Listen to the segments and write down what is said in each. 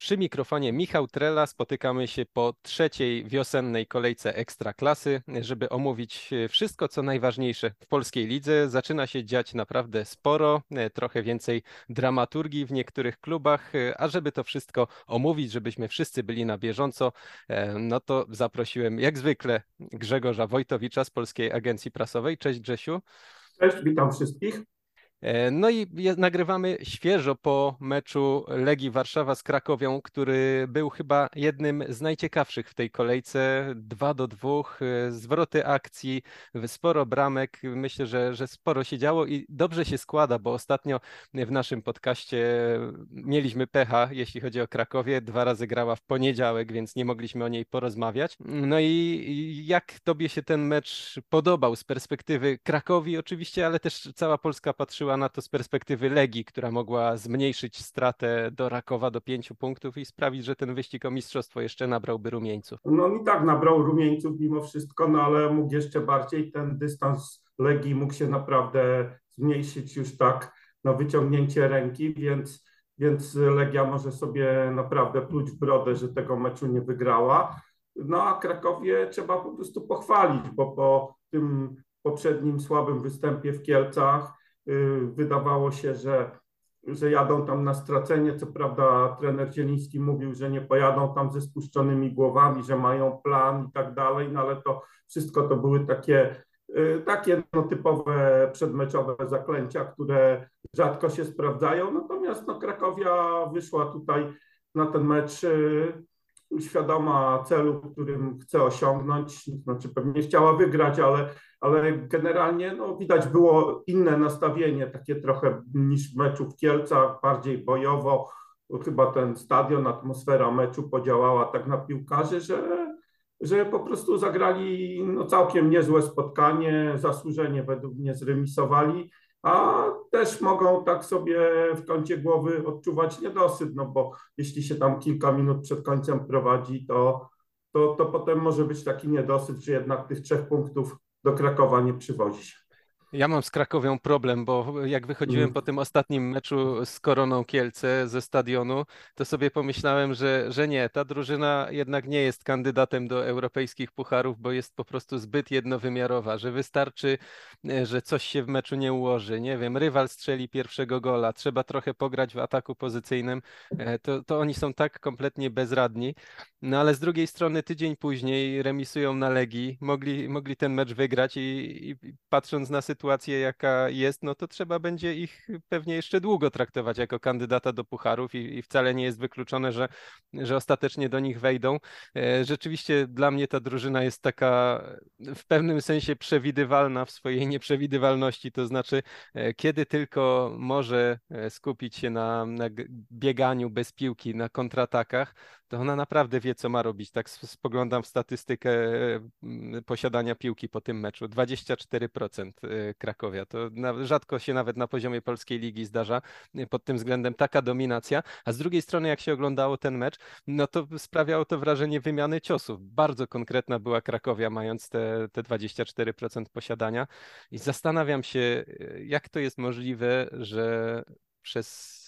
Przy mikrofonie Michał Trela. Spotykamy się po trzeciej wiosennej kolejce Ekstraklasy, żeby omówić wszystko, co najważniejsze w polskiej lidze. Zaczyna się dziać naprawdę sporo, trochę więcej dramaturgii w niektórych klubach, a żeby to wszystko omówić, żebyśmy wszyscy byli na bieżąco, no to zaprosiłem jak zwykle Grzegorza Wojtowicza z Polskiej Agencji Prasowej. Cześć Grzesiu. Cześć, witam wszystkich. No i nagrywamy świeżo po meczu Legii Warszawa z Krakowią, który był chyba jednym z najciekawszych w tej kolejce. 2-2, zwroty akcji, sporo bramek. Myślę, że sporo się działo i dobrze się składa, bo ostatnio w naszym podcaście mieliśmy pecha, jeśli chodzi o Krakowię. 2 razy grała w poniedziałek, więc nie mogliśmy o niej porozmawiać. No i jak tobie się ten mecz podobał z perspektywy Krakowi oczywiście, ale też cała Polska patrzyła na to z perspektywy Legii, która mogła zmniejszyć stratę do Rakowa do 5 punktów i sprawić, że ten wyścig o mistrzostwo jeszcze nabrałby rumieńców. No i tak nabrał rumieńców mimo wszystko, no ale mógł jeszcze bardziej. Ten dystans Legii mógł się naprawdę zmniejszyć już tak na wyciągnięcie ręki, więc Legia może sobie naprawdę pluć w brodę, że tego meczu nie wygrała. No a Krakowie trzeba po prostu pochwalić, bo po tym poprzednim słabym występie w Kielcach wydawało się, że jadą tam na stracenie. Co prawda trener Zieliński mówił, że nie pojadą tam ze spuszczonymi głowami, że mają plan i tak dalej, no ale to wszystko to były takie no, typowe przedmeczowe zaklęcia, które rzadko się sprawdzają. Natomiast no, Krakowia wyszła tutaj na ten mecz świadoma celu, którym chce osiągnąć. Znaczy pewnie chciała wygrać, ale generalnie no, widać było inne nastawienie, takie trochę niż w meczu w Kielcach, bardziej bojowo. Chyba ten stadion, atmosfera meczu podziałała tak na piłkarzy, że po prostu zagrali no, całkiem niezłe spotkanie, zasłużenie według mnie zremisowali, a też mogą tak sobie w kącie głowy odczuwać niedosyt, no bo jeśli się tam kilka minut przed końcem prowadzi, to potem może być taki niedosyt, że jednak tych 3 punktów do Krakowa nie przywozi się. Ja mam z Krakowią problem, bo jak wychodziłem po tym ostatnim meczu z Koroną Kielce ze stadionu, to sobie pomyślałem, że nie, ta drużyna jednak nie jest kandydatem do europejskich pucharów, bo jest po prostu zbyt jednowymiarowa, że wystarczy, że coś się w meczu nie ułoży. Nie wiem, rywal strzeli pierwszego gola, trzeba trochę pograć w ataku pozycyjnym, to oni są tak kompletnie bezradni. No ale z drugiej strony tydzień później remisują na Legii, mogli ten mecz wygrać i patrząc na sytuację, jaka jest, no to trzeba będzie ich pewnie jeszcze długo traktować jako kandydata do pucharów i wcale nie jest wykluczone, że ostatecznie do nich wejdą. Rzeczywiście dla mnie ta drużyna jest taka w pewnym sensie przewidywalna w swojej nieprzewidywalności, to znaczy kiedy tylko może skupić się na bieganiu bez piłki, na kontratakach, to ona naprawdę wie, co ma robić. Tak spoglądam w statystykę posiadania piłki po tym meczu. 24% Krakowia. To rzadko się nawet na poziomie polskiej ligi zdarza pod tym względem taka dominacja. A z drugiej strony, jak się oglądało ten mecz, no to sprawiało to wrażenie wymiany ciosów. Bardzo konkretna była Krakowia, mając te 24% posiadania. I zastanawiam się, jak to jest możliwe, że przez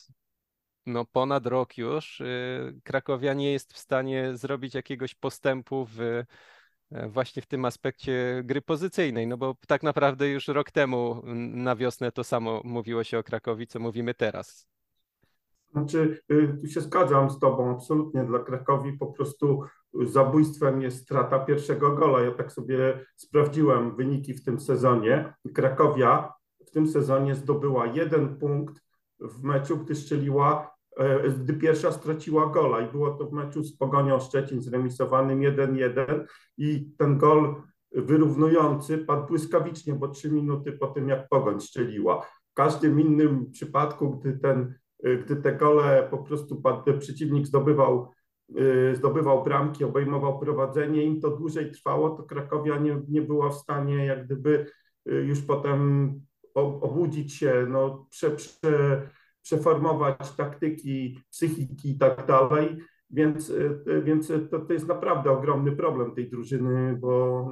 ponad rok już Krakowia nie jest w stanie zrobić jakiegoś postępu właśnie w tym aspekcie gry pozycyjnej, no bo tak naprawdę już rok temu na wiosnę to samo mówiło się o Krakowi, co mówimy teraz. Znaczy, tu się zgadzam z tobą, absolutnie. Dla Krakowi po prostu zabójstwem jest strata pierwszego gola. Ja tak sobie sprawdziłem wyniki w tym sezonie. Krakowia w tym sezonie zdobyła 1 punkt w meczu, gdy pierwsza straciła gola i było to w meczu z Pogonią Szczecin zremisowanym 1-1 i ten gol wyrównujący padł błyskawicznie, bo 3 minuty po tym, jak Pogoń strzeliła. W każdym innym przypadku, gdy te gole po prostu przeciwnik zdobywał bramki, obejmował prowadzenie, im to dłużej trwało, to Krakowia nie była w stanie jak gdyby już potem obudzić się, no, przeformować taktyki, psychiki i tak dalej, więc to jest naprawdę ogromny problem tej drużyny, bo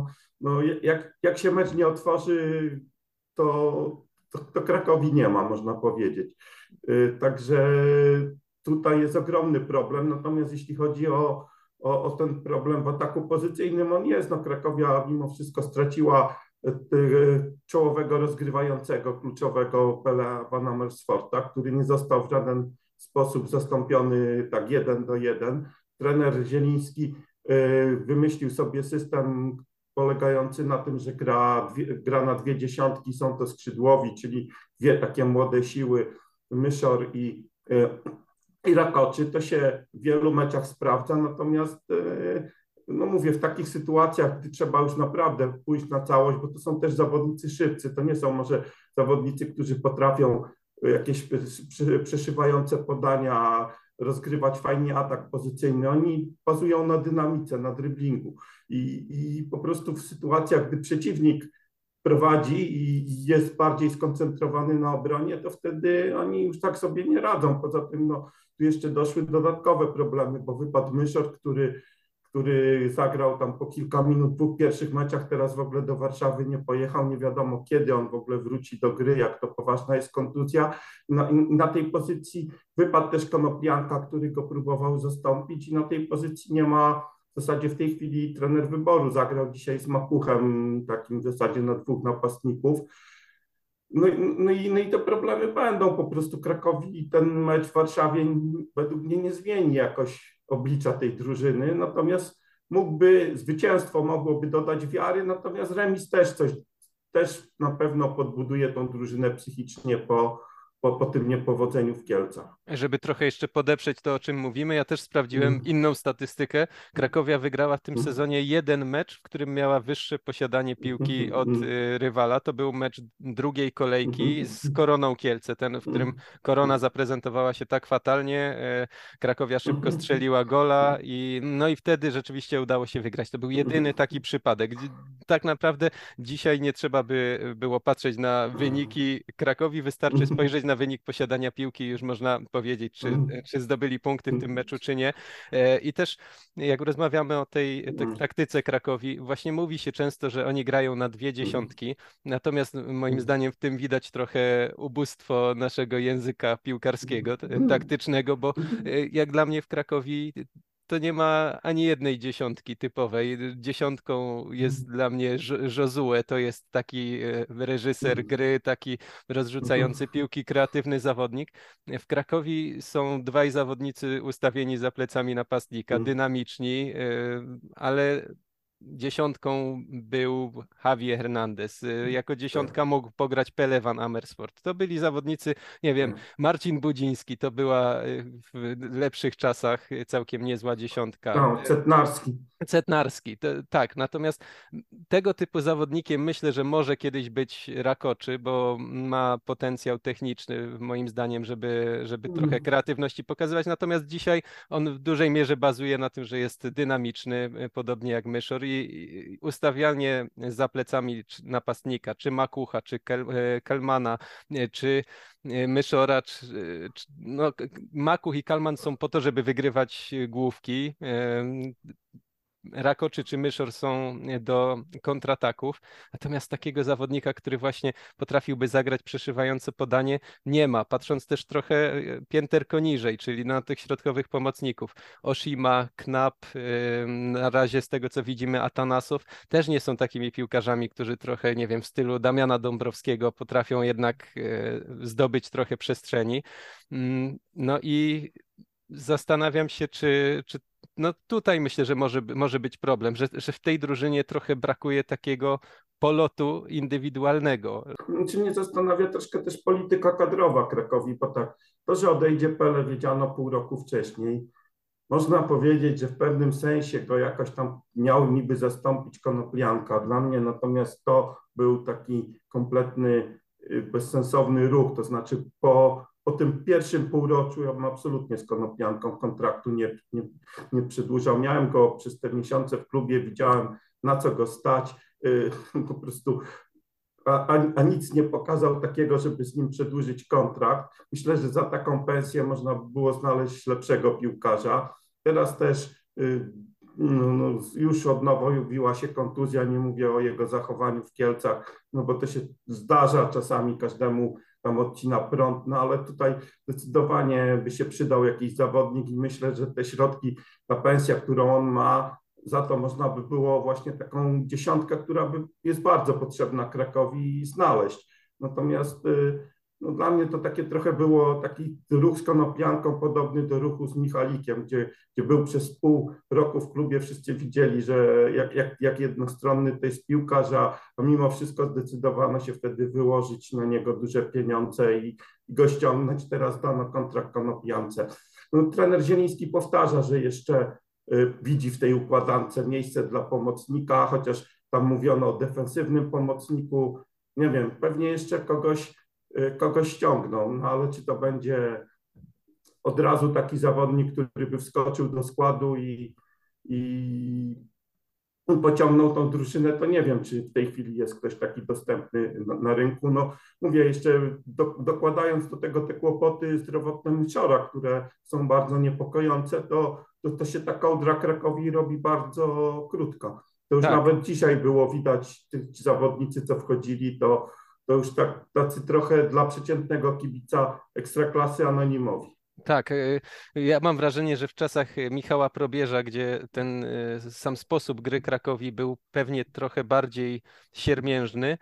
jak się mecz nie otworzy, to Krakowi nie ma, można powiedzieć. Także tutaj jest ogromny problem. Natomiast jeśli chodzi o ten problem w ataku pozycyjnym, on jest. No, Krakowia mimo wszystko straciła czołowego rozgrywającego, kluczowego Pela Van Amersfoorta, który nie został w żaden sposób zastąpiony tak 1-1. Trener Zieliński wymyślił sobie system polegający na tym, że gra na dwie dziesiątki, są to skrzydłowi, czyli dwie takie młode siły, Myszor i Rakoczy. To się w wielu meczach sprawdza, natomiast no mówię, w takich sytuacjach, gdy trzeba już naprawdę pójść na całość, bo to są też zawodnicy szybcy, to nie są może zawodnicy, którzy potrafią jakieś przeszywające podania, rozgrywać fajnie atak pozycyjny. Oni bazują na dynamice, na driblingu i po prostu w sytuacjach, gdy przeciwnik prowadzi i jest bardziej skoncentrowany na obronie, to wtedy oni już tak sobie nie radzą. Poza tym no, tu jeszcze doszły dodatkowe problemy, bo wypadł Myszor, który zagrał tam po kilka minut w dwóch pierwszych meczach, teraz w ogóle do Warszawy nie pojechał, nie wiadomo kiedy on w ogóle wróci do gry, jak to poważna jest kontuzja. Na tej pozycji wypadł też Konoplianka, który go próbował zastąpić i na tej pozycji nie ma w zasadzie w tej chwili trener wyboru. Zagrał dzisiaj z Makuchem, takim w zasadzie na dwóch napastników. No i te problemy będą po prostu Krakowi. Ten mecz w Warszawie według mnie nie zmieni jakoś oblicza tej drużyny, natomiast zwycięstwo mogłoby dodać wiary, natomiast remis też na pewno podbuduje tą drużynę psychicznie po tym niepowodzeniu w Kielcach. Żeby trochę jeszcze podeprzeć to, o czym mówimy, ja też sprawdziłem inną statystykę. Krakowia wygrała w tym sezonie jeden mecz, w którym miała wyższe posiadanie piłki od rywala. To był mecz drugiej kolejki z Koroną Kielce, ten, w którym Korona zaprezentowała się tak fatalnie. Krakowia szybko strzeliła gola no i wtedy rzeczywiście udało się wygrać. To był jedyny taki przypadek. Tak naprawdę dzisiaj nie trzeba by było patrzeć na wyniki Krakowi, wystarczy spojrzeć na wynik posiadania piłki, już można powiedzieć, czy zdobyli punkty w tym meczu, czy nie. I też jak rozmawiamy o tej taktyce Krakowi, właśnie mówi się często, że oni grają na dwie dziesiątki, natomiast moim zdaniem w tym widać trochę ubóstwo naszego języka piłkarskiego, taktycznego, bo jak dla mnie w Krakowi to nie ma ani jednej dziesiątki typowej. Dziesiątką jest dla mnie Josue, to jest taki reżyser gry, taki rozrzucający piłki, kreatywny zawodnik. W Krakowi są dwaj zawodnicy ustawieni za plecami napastnika, dynamiczni, ale dziesiątką był Javi Hernandez. Jako dziesiątka mógł pograć Pele Van Amersfoort. To byli zawodnicy, nie wiem, Marcin Budziński, to była w lepszych czasach całkiem niezła dziesiątka. No, Cetnarski, tak. Natomiast tego typu zawodnikiem myślę, że może kiedyś być Rakoczy, bo ma potencjał techniczny, moim zdaniem, żeby trochę kreatywności pokazywać. Natomiast dzisiaj on w dużej mierze bazuje na tym, że jest dynamiczny, podobnie jak Myszor i ustawianie za plecami napastnika, czy Makucha, czy Kelmana, czy Myszora, no, Makuch i Kalman są po to, żeby wygrywać główki. Rakoczy czy Myszor są do kontrataków, natomiast takiego zawodnika, który właśnie potrafiłby zagrać przeszywające podanie, nie ma. Patrząc też trochę pięterko niżej, czyli na tych środkowych pomocników. Oshima, Knap, na razie z tego co widzimy Atanasow, też nie są takimi piłkarzami, którzy trochę, nie wiem, w stylu Damiana Dąbrowskiego potrafią jednak zdobyć trochę przestrzeni. No i zastanawiam się, czy no tutaj myślę, że może być problem, że w tej drużynie trochę brakuje takiego polotu indywidualnego. Czy nie zastanawia troszkę też polityka kadrowa Krakowi, bo tak, to, że odejdzie Pele, wiedziano pół roku wcześniej. Można powiedzieć, że w pewnym sensie go jakoś tam miał niby zastąpić Konoplianka. Dla mnie natomiast to był taki kompletny, bezsensowny ruch, to znaczy po tym pierwszym półroczu ja bym absolutnie z Konoplianką kontraktu nie przedłużał. Miałem go przez te miesiące w klubie, widziałem na co go stać, po prostu a nic nie pokazał takiego, żeby z nim przedłużyć kontrakt. Myślę, że za taką pensję można by było znaleźć lepszego piłkarza. Teraz też już od nowa pojawiła się kontuzja, nie mówię o jego zachowaniu w Kielcach, no bo to się zdarza czasami każdemu tam odcina prąd, no ale tutaj zdecydowanie by się przydał jakiś zawodnik i myślę, że te środki, ta pensja, którą on ma, za to można by było właśnie taką dziesiątkę, która jest bardzo potrzebna Krakowi, znaleźć. Natomiast no dla mnie to takie trochę było taki ruch z Konopianką podobny do ruchu z Michalikiem, gdzie był przez pół roku w klubie, wszyscy widzieli, że jak jednostronny to jest piłkarz, a mimo wszystko zdecydowano się wtedy wyłożyć na niego duże pieniądze i go ściągnąć. Teraz dano kontrakt Konopiance. No, trener Zieliński powtarza, że jeszcze widzi w tej układance miejsce dla pomocnika, chociaż tam mówiono o defensywnym pomocniku. Nie wiem, pewnie jeszcze kogoś ściągną, no ale czy to będzie od razu taki zawodnik, który by wskoczył do składu i pociągnął tą drużynę, to nie wiem, czy w tej chwili jest ktoś taki dostępny na rynku. No mówię, jeszcze dokładając do tego te kłopoty zdrowotne Miczora, które są bardzo niepokojące, to się ta kołdra Krakowi robi bardzo krótka. To już Tak. nawet dzisiaj było widać, ci zawodnicy, co wchodzili, to już tacy trochę dla przeciętnego kibica ekstraklasy anonimowi. Tak, ja mam wrażenie, że w czasach Michała Probierza, gdzie ten sam sposób gry Krakowi był pewnie trochę bardziej siermiężny,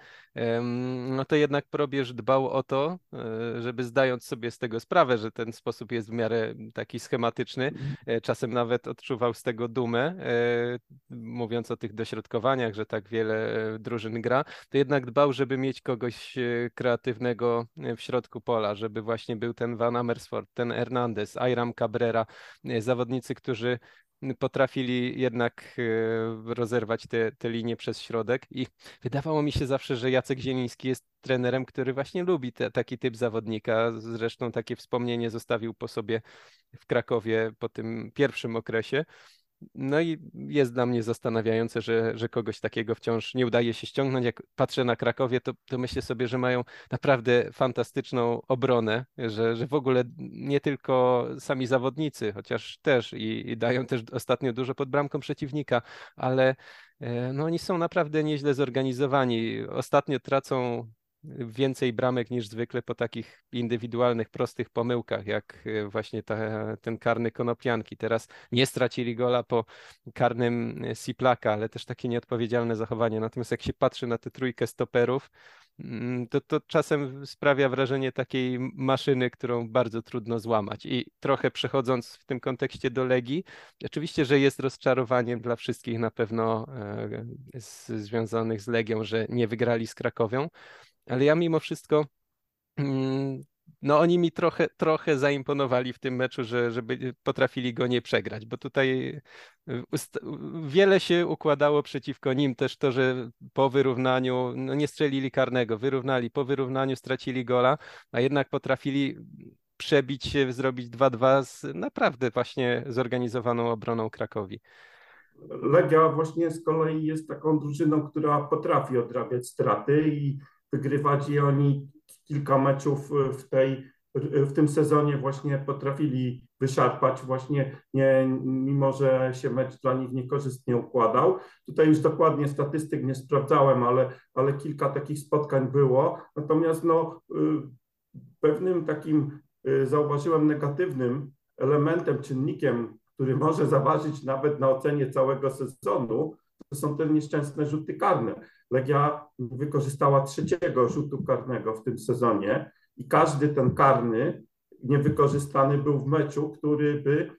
no to jednak Probierz dbał o to, żeby zdając sobie z tego sprawę, że ten sposób jest w miarę taki schematyczny, czasem nawet odczuwał z tego dumę, mówiąc o tych dośrodkowaniach, że tak wiele drużyn gra, to jednak dbał, żeby mieć kogoś kreatywnego w środku pola, żeby właśnie był ten Van Amersfoort, ten Hernandez, Ayram Cabrera, zawodnicy, którzy potrafili jednak rozerwać te linie przez środek i wydawało mi się zawsze, że Jacek Zieliński jest trenerem, który właśnie lubi taki typ zawodnika. Zresztą takie wspomnienie zostawił po sobie w Krakowie po tym pierwszym okresie. No i jest dla mnie zastanawiające, że kogoś takiego wciąż nie udaje się ściągnąć. Jak patrzę na Krakowie, to myślę sobie, że mają naprawdę fantastyczną obronę, że w ogóle nie tylko sami zawodnicy, chociaż też i dają też ostatnio dużo pod bramką przeciwnika, ale no oni są naprawdę nieźle zorganizowani. Ostatnio tracą więcej bramek niż zwykle po takich indywidualnych, prostych pomyłkach, jak właśnie ten karny Konopianki. Teraz nie stracili gola po karnym Siplaka, ale też takie nieodpowiedzialne zachowanie. Natomiast jak się patrzy na tę trójkę stoperów, to czasem sprawia wrażenie takiej maszyny, którą bardzo trudno złamać. I trochę przechodząc w tym kontekście do Legii, oczywiście, że jest rozczarowaniem dla wszystkich na pewno związanych z Legią, że nie wygrali z Krakowią, ale ja mimo wszystko, no oni mi trochę zaimponowali w tym meczu, żeby potrafili go nie przegrać, bo tutaj wiele się układało przeciwko nim, też to, że po wyrównaniu, no nie strzelili karnego, wyrównali, po wyrównaniu stracili gola, a jednak potrafili przebić się, zrobić 2-2 z naprawdę właśnie zorganizowaną obroną Krakowi. Legia właśnie z kolei jest taką drużyną, która potrafi odrabiać straty i wygrywać i oni kilka meczów w tym sezonie właśnie potrafili wyszarpać właśnie, mimo że się mecz dla nich niekorzystnie układał. Tutaj już dokładnie statystyk nie sprawdzałem, ale kilka takich spotkań było. Natomiast no, pewnym takim zauważyłem negatywnym elementem, czynnikiem, który może zaważyć nawet na ocenie całego sezonu, to są te nieszczęsne rzuty karne. Legia wykorzystała trzeciego rzutu karnego w tym sezonie i każdy ten karny niewykorzystany był w meczu, który by,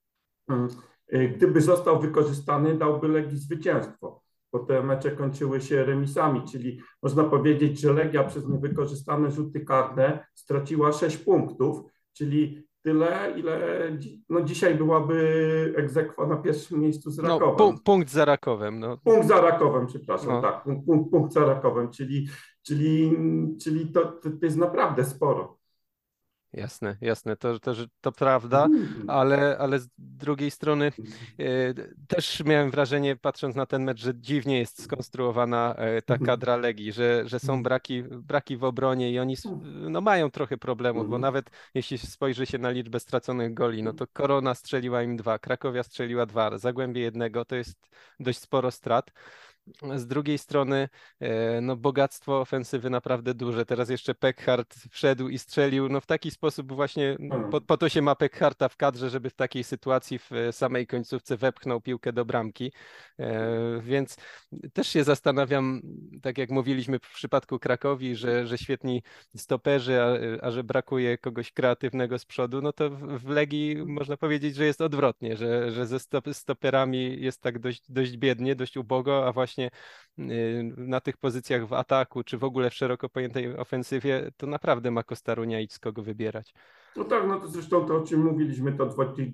gdyby został wykorzystany, dałby Legii zwycięstwo, bo te mecze kończyły się remisami, czyli można powiedzieć, że Legia przez niewykorzystane rzuty karne straciła 6 punktów, czyli tyle, ile no dzisiaj byłaby egz aequo na pierwszym miejscu z Rakowem. No, punkt za Rakowem. No. Punkt za Rakowem, przepraszam, No. tak, punkt za Rakowem, czyli to jest naprawdę sporo. Jasne, to prawda, ale z drugiej strony też miałem wrażenie, patrząc na ten mecz, że dziwnie jest skonstruowana ta kadra Legii, że są braki w obronie i oni no, mają trochę problemów, bo nawet jeśli spojrzy się na liczbę straconych goli, no to Korona strzeliła im 2, Krakowia strzeliła 2, Zagłębie 1, to jest dość sporo strat. Z drugiej strony no bogactwo ofensywy naprawdę duże. Teraz jeszcze Peckhardt wszedł i strzelił. No w taki sposób właśnie po to się ma Peckharta w kadrze, żeby w takiej sytuacji w samej końcówce wepchnął piłkę do bramki. Więc też się zastanawiam, tak jak mówiliśmy w przypadku Krakowi, że świetni stoperzy, a że brakuje kogoś kreatywnego z przodu, no to w Legii można powiedzieć, że jest odwrotnie, że ze stoperami jest tak dość biednie, dość ubogo, a właśnie na tych pozycjach w ataku, czy w ogóle w szeroko pojętej ofensywie, to naprawdę ma Kostaruniaić z kogo wybierać. No tak, no to zresztą to, o czym mówiliśmy, to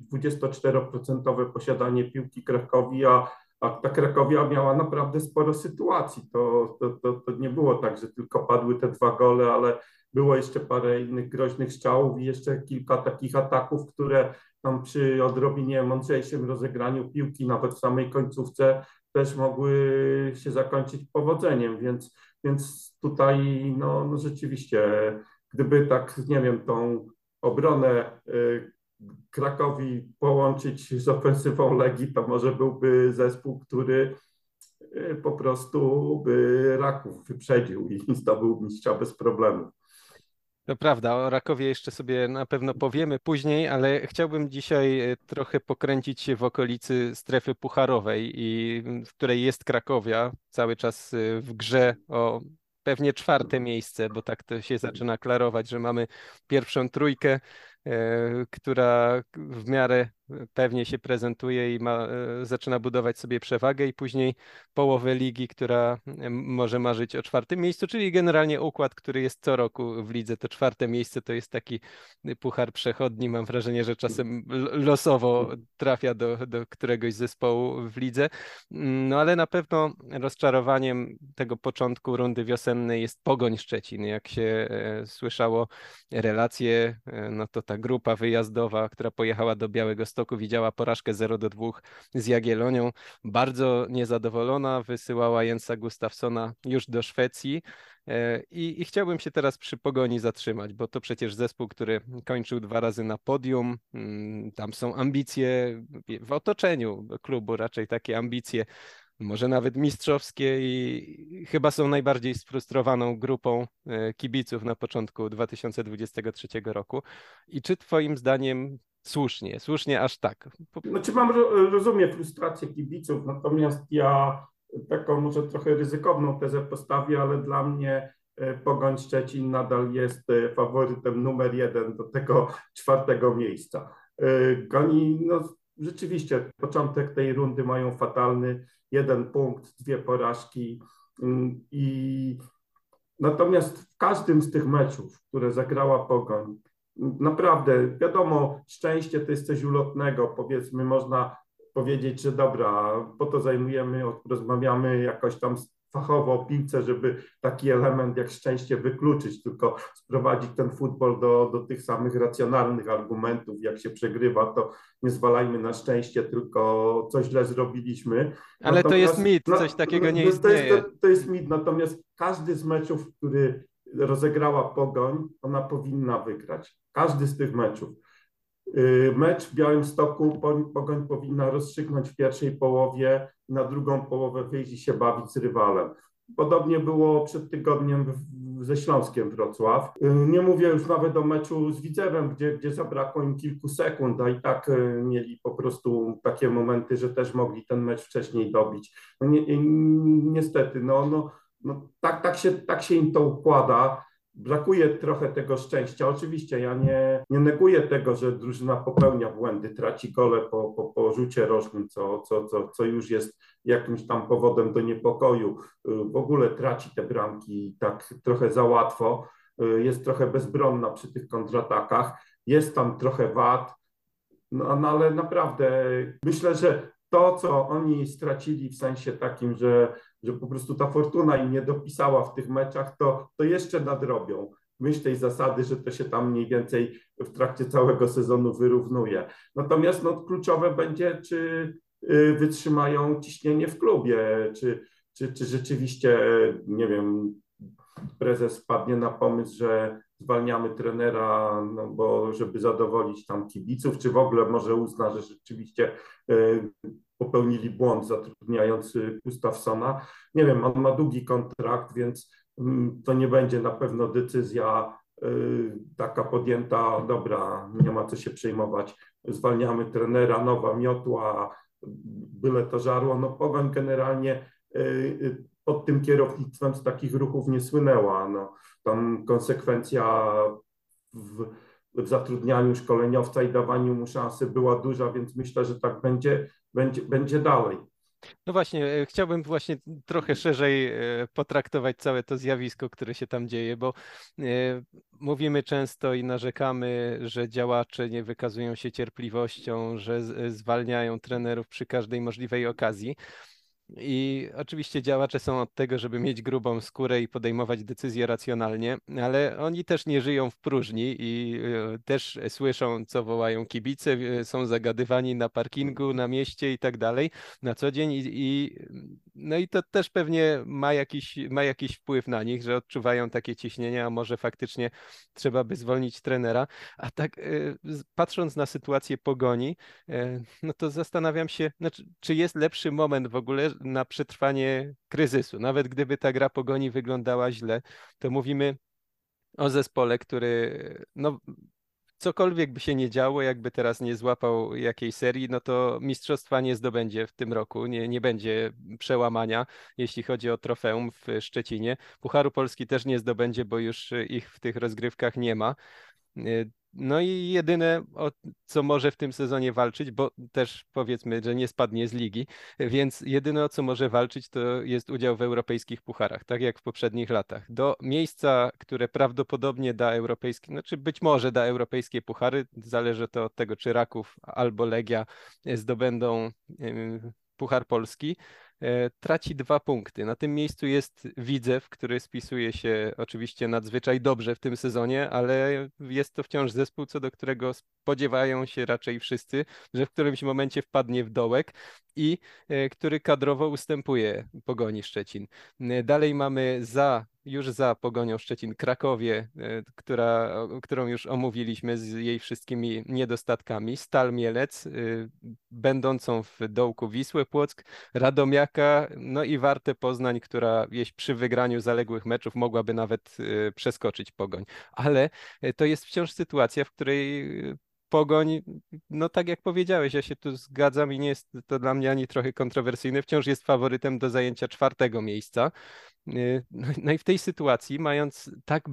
24% posiadanie piłki Krakowi, a ta Krakowia miała naprawdę sporo sytuacji. To nie było tak, że tylko padły te 2 gole, ale było jeszcze parę innych groźnych strzałów i jeszcze kilka takich ataków, które tam przy odrobinie mądrzejszym rozegraniu piłki, nawet w samej końcówce, też mogły się zakończyć powodzeniem, więc tutaj no rzeczywiście, gdyby tak, nie wiem, tą obronę Krakowi połączyć z ofensywą Legii, to może byłby zespół, który po prostu by Raków wyprzedził i zdobył mistrza bez problemu. To prawda, o Rakowie jeszcze sobie na pewno powiemy później, ale chciałbym dzisiaj trochę pokręcić się w okolicy strefy pucharowej, w której jest Krakowia, cały czas w grze o pewnie 4. miejsce, bo tak to się zaczyna klarować, że mamy pierwszą trójkę, która w miarę pewnie się prezentuje i zaczyna budować sobie przewagę, i później połowę ligi, która może marzyć o 4. miejscu, czyli generalnie układ, który jest co roku w lidze. To 4. miejsce to jest taki puchar przechodni. Mam wrażenie, że czasem losowo trafia do któregoś zespołu w lidze. No ale na pewno rozczarowaniem tego początku rundy wiosennej jest Pogoń Szczecin. Jak się słyszało relacje, no to ta grupa wyjazdowa, która pojechała do Białegostoku, widziała porażkę 0-2 z Jagiellonią. Bardzo niezadowolona, wysyłała Jensa Gustafssona już do Szwecji. I chciałbym się teraz przy Pogoni zatrzymać, bo to przecież zespół, który kończył 2 razy na podium. Tam są ambicje w otoczeniu klubu, raczej takie ambicje, może nawet mistrzowskie, i chyba są najbardziej sfrustrowaną grupą kibiców na początku 2023 roku. I czy twoim zdaniem słusznie aż tak? Znaczy rozumiem frustrację kibiców, natomiast ja taką może trochę ryzykowną tezę postawię, ale dla mnie Pogoń Szczecin nadal jest faworytem numer 1 do tego 4. miejsca. Oni, no rzeczywiście, początek tej rundy mają fatalny, 1 punkt, 2 porażki i natomiast w każdym z tych meczów, które zagrała Pogoń, naprawdę, wiadomo, szczęście to jest coś ulotnego, powiedzmy, można powiedzieć, że dobra, po to rozmawiamy jakoś tam fachowo o piłce, żeby taki element jak szczęście wykluczyć, tylko sprowadzić ten futbol do tych samych racjonalnych argumentów. Jak się przegrywa, to nie zwalajmy na szczęście, tylko coś źle zrobiliśmy. Ale to jest mit, coś takiego nie istnieje. To jest mit, natomiast każdy z meczów, który rozegrała Pogoń, ona powinna wygrać. Każdy z tych meczów. Mecz w Białymstoku Pogoń powinna rozstrzygnąć w pierwszej połowie, na drugą połowę wyjść i się bawić z rywalem. Podobnie było przed tygodniem ze Śląskiem Wrocław. Nie mówię już nawet o meczu z Widzewem, gdzie zabrakło im kilku sekund, a i tak mieli po prostu takie momenty, że też mogli ten mecz wcześniej dobić. No niestety, tak się im to układa. Brakuje trochę tego szczęścia. Oczywiście ja nie neguję tego, że drużyna popełnia błędy, traci gole po rzucie rożnym, co już jest jakimś tam powodem do niepokoju. W ogóle traci te bramki tak trochę za łatwo. Jest trochę bezbronna przy tych kontratakach. Jest tam trochę wad, no ale naprawdę myślę, że to, co oni stracili w sensie takim, że po prostu ta fortuna im nie dopisała w tych meczach, to jeszcze nadrobią. Myśl tej zasady, że to się tam mniej więcej w trakcie całego sezonu wyrównuje. Natomiast kluczowe będzie, czy wytrzymają ciśnienie w klubie, czy rzeczywiście, nie wiem, prezes wpadnie na pomysł, że zwalniamy trenera, bo żeby zadowolić tam kibiców, czy w ogóle może uzna, że rzeczywiście popełnili błąd zatrudniając Gustafsona. Nie wiem, on ma długi kontrakt, więc to nie będzie na pewno decyzja taka podjęta, dobra, nie ma co się przejmować, zwalniamy trenera, nowa miotła, byle to żarło. No Pogoń generalnie pod tym kierownictwem z takich ruchów nie słynęła. No, tam konsekwencja w, w zatrudnianiu szkoleniowca i dawaniu mu szansy była duża, więc myślę, że tak będzie dalej. No właśnie, chciałbym właśnie trochę szerzej potraktować całe to zjawisko, które się tam dzieje, bo mówimy często i narzekamy, że działacze nie wykazują się cierpliwością, że zwalniają trenerów przy każdej możliwej okazji. I oczywiście działacze są od tego, żeby mieć grubą skórę i podejmować decyzje racjonalnie, ale oni też nie żyją w próżni i też słyszą, co wołają kibice, są zagadywani na parkingu, na mieście i tak dalej na co dzień no i to też pewnie ma jakiś wpływ na nich, że odczuwają takie ciśnienie, a może faktycznie trzeba by zwolnić trenera. A tak patrząc na sytuację Pogoni, no to zastanawiam się, znaczy, czy jest lepszy moment w ogóle na przetrwanie kryzysu. Nawet gdyby ta gra Pogoni wyglądała źle, to mówimy o zespole, który no, cokolwiek by się nie działo, jakby teraz nie złapał jakiejś serii, no to mistrzostwa nie zdobędzie w tym roku, nie będzie przełamania, jeśli chodzi o trofeum w Szczecinie. Pucharu Polski też nie zdobędzie, bo już ich w tych rozgrywkach nie ma. No i jedyne, o co może w tym sezonie walczyć, bo też powiedzmy, że nie spadnie z ligi, więc jedyne, o co może walczyć, to jest udział w europejskich pucharach, tak jak w poprzednich latach. Do miejsca, które prawdopodobnie da europejskie, znaczy być może da europejskie puchary, zależy to od tego, czy Raków albo Legia zdobędą Puchar Polski, traci 2 punkty. Na tym miejscu jest Widzew, który spisuje się oczywiście nadzwyczaj dobrze w tym sezonie, ale jest to wciąż zespół, co do którego spodziewają się raczej wszyscy, że w którymś momencie wpadnie w dołek i który kadrowo ustępuje Pogoni Szczecin. Dalej mamy już za Pogonią Szczecin Krakowie, którą już omówiliśmy z jej wszystkimi niedostatkami, Stal Mielec, będącą w dołku Wisłę Płock, Radomiaka, no i Wartę Poznań, która przy wygraniu zaległych meczów mogłaby nawet przeskoczyć Pogoń. Ale to jest wciąż sytuacja, w której Pogoń, no tak jak powiedziałeś, ja się tu zgadzam i nie jest to dla mnie ani trochę kontrowersyjne, wciąż jest faworytem do zajęcia 4. miejsca. No i w tej sytuacji, mając tak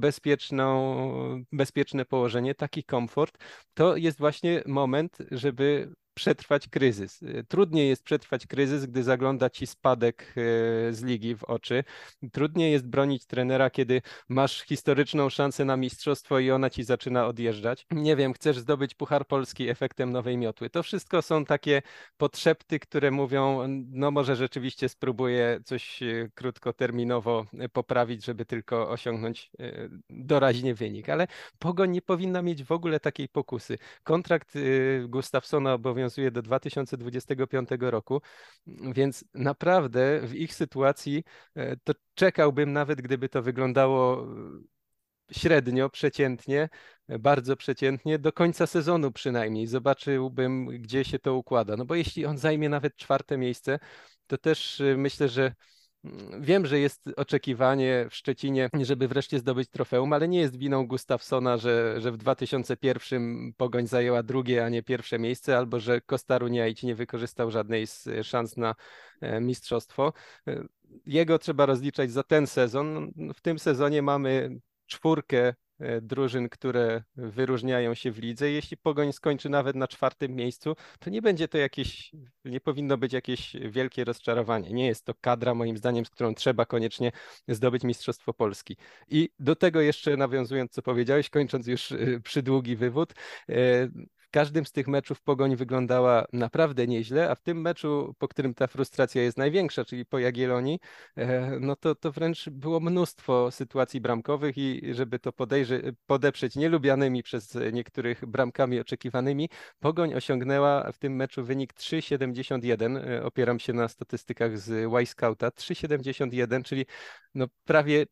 bezpieczne położenie, taki komfort, to jest właśnie moment, żeby przetrwać kryzys. Trudniej jest przetrwać kryzys, gdy zagląda ci spadek z ligi w oczy. Trudniej jest bronić trenera, kiedy masz historyczną szansę na mistrzostwo i ona ci zaczyna odjeżdżać. Nie wiem, chcesz zdobyć Puchar Polski efektem nowej miotły. To wszystko są takie podszepty, które mówią, no może rzeczywiście spróbuję coś krótkoterminowo poprawić, żeby tylko osiągnąć doraźnie wynik. Ale Pogoń nie powinna mieć w ogóle takiej pokusy. Kontrakt Gustafsona obowiązuje do 2025 roku, więc naprawdę w ich sytuacji to czekałbym, nawet gdyby to wyglądało średnio, przeciętnie, bardzo przeciętnie, do końca sezonu przynajmniej. Zobaczyłbym, gdzie się to układa. No bo jeśli on zajmie nawet 4. miejsce, to też myślę, że wiem, że jest oczekiwanie w Szczecinie, żeby wreszcie zdobyć trofeum, ale nie jest winą Gustafsona, że w 2001 Pogoń zajęła 2., a nie 1. miejsce, albo że Kostar Uniaić nie wykorzystał żadnej z szans na mistrzostwo. Jego trzeba rozliczać za ten sezon. W tym sezonie mamy 4 drużyn, które wyróżniają się w lidze. Jeśli Pogoń skończy nawet na 4. miejscu, to nie powinno być jakieś wielkie rozczarowanie. Nie jest to kadra, moim zdaniem, z którą trzeba koniecznie zdobyć Mistrzostwo Polski. I do tego jeszcze nawiązując, co powiedziałeś, kończąc już przydługi wywód, w każdym z tych meczów Pogoń wyglądała naprawdę nieźle, a w tym meczu, po którym ta frustracja jest największa, czyli po Jagiellonii, no to wręcz było mnóstwo sytuacji bramkowych i żeby to podeprzeć nielubianymi przez niektórych bramkami oczekiwanymi, Pogoń osiągnęła w tym meczu wynik 3,71. Opieram się na statystykach z Y-Scouta. 3,71, czyli no prawie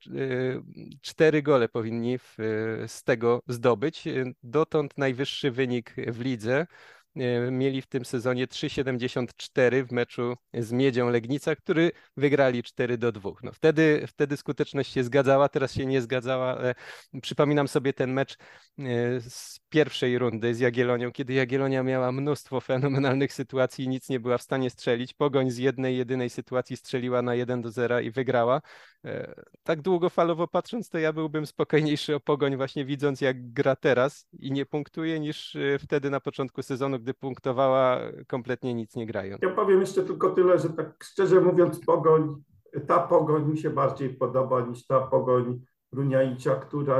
4 gole powinni z tego zdobyć. Dotąd najwyższy wynik w lidze. mieli w tym sezonie 3,74 w meczu z Miedzią Legnica, który wygrali 4-2. No wtedy skuteczność się zgadzała, teraz się nie zgadzała, ale przypominam sobie ten mecz z pierwszej rundy z Jagiellonią, kiedy Jagiellonia miała mnóstwo fenomenalnych sytuacji i nic nie była w stanie strzelić. Pogoń z jednej, jedynej sytuacji strzeliła na 1-0 i wygrała. Tak długofalowo patrząc, to ja byłbym spokojniejszy o Pogoń właśnie widząc jak gra teraz i nie punktuje niż wtedy na początku sezonu, gdy punktowała kompletnie nic nie grając. Ja powiem jeszcze tylko tyle, że tak szczerze mówiąc ta Pogoń mi się bardziej podoba niż ta Pogoń Bruniaicia, która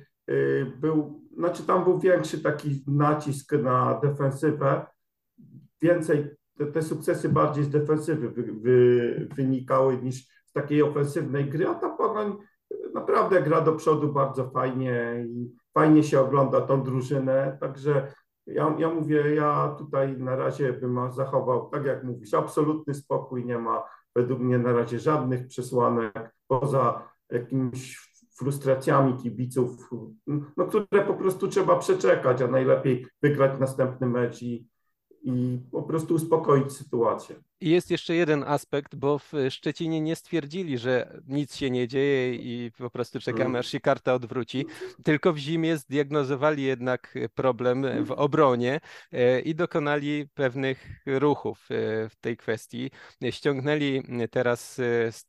tam był większy taki nacisk na defensywę, więcej, te sukcesy bardziej z defensywy wynikały niż z takiej ofensywnej gry, a ta Pogoń naprawdę gra do przodu bardzo fajnie i fajnie się ogląda tą drużynę, także ja mówię, ja tutaj na razie bym zachował, tak jak mówisz, absolutny spokój, nie ma według mnie na razie żadnych przesłanek, poza jakimiś frustracjami kibiców, no, które po prostu trzeba przeczekać, a najlepiej wygrać następny mecz i po prostu uspokoić sytuację. I jest jeszcze jeden aspekt, bo w Szczecinie nie stwierdzili, że nic się nie dzieje i po prostu czekamy, aż się karta odwróci, tylko w zimie zdiagnozowali jednak problem w obronie i dokonali pewnych ruchów w tej kwestii. Ściągnęli teraz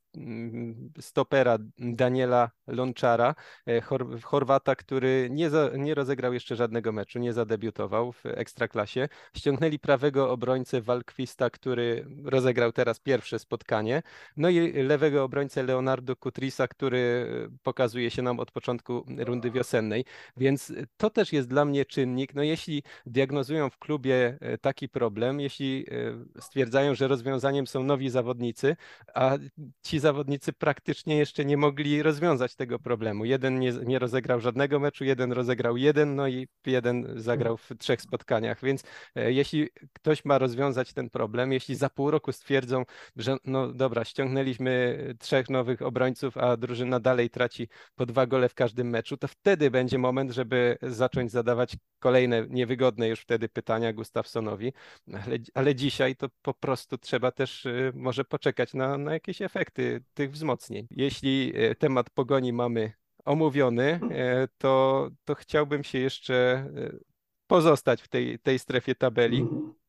stopera Daniela Lonczara, Chorwata, który nie rozegrał jeszcze żadnego meczu, nie zadebiutował w Ekstraklasie. Ściągnęli prawego obrońcę Walkwista, który rozegrał teraz pierwsze spotkanie. No i lewego obrońcę Leonardo Kutrisa, który pokazuje się nam od początku rundy wiosennej. Więc to też jest dla mnie czynnik. No jeśli diagnozują w klubie taki problem, jeśli stwierdzają, że rozwiązaniem są nowi zawodnicy, a ci zawodnicy praktycznie jeszcze nie mogli rozwiązać tego problemu. Jeden nie rozegrał żadnego meczu, jeden rozegrał jeden, no i jeden zagrał w 3 spotkaniach. Więc jeśli ktoś ma rozwiązać ten problem, jeśli za pół roku stwierdzą, że no dobra, ściągnęliśmy 3 nowych obrońców, a drużyna dalej traci po 2 gole w każdym meczu, to wtedy będzie moment, żeby zacząć zadawać kolejne niewygodne już wtedy pytania Gustafssonowi, ale dzisiaj to po prostu trzeba też może poczekać na jakieś efekty tych wzmocnień. Jeśli temat Pogoni mamy omówiony, to chciałbym się jeszcze pozostać w tej strefie tabeli,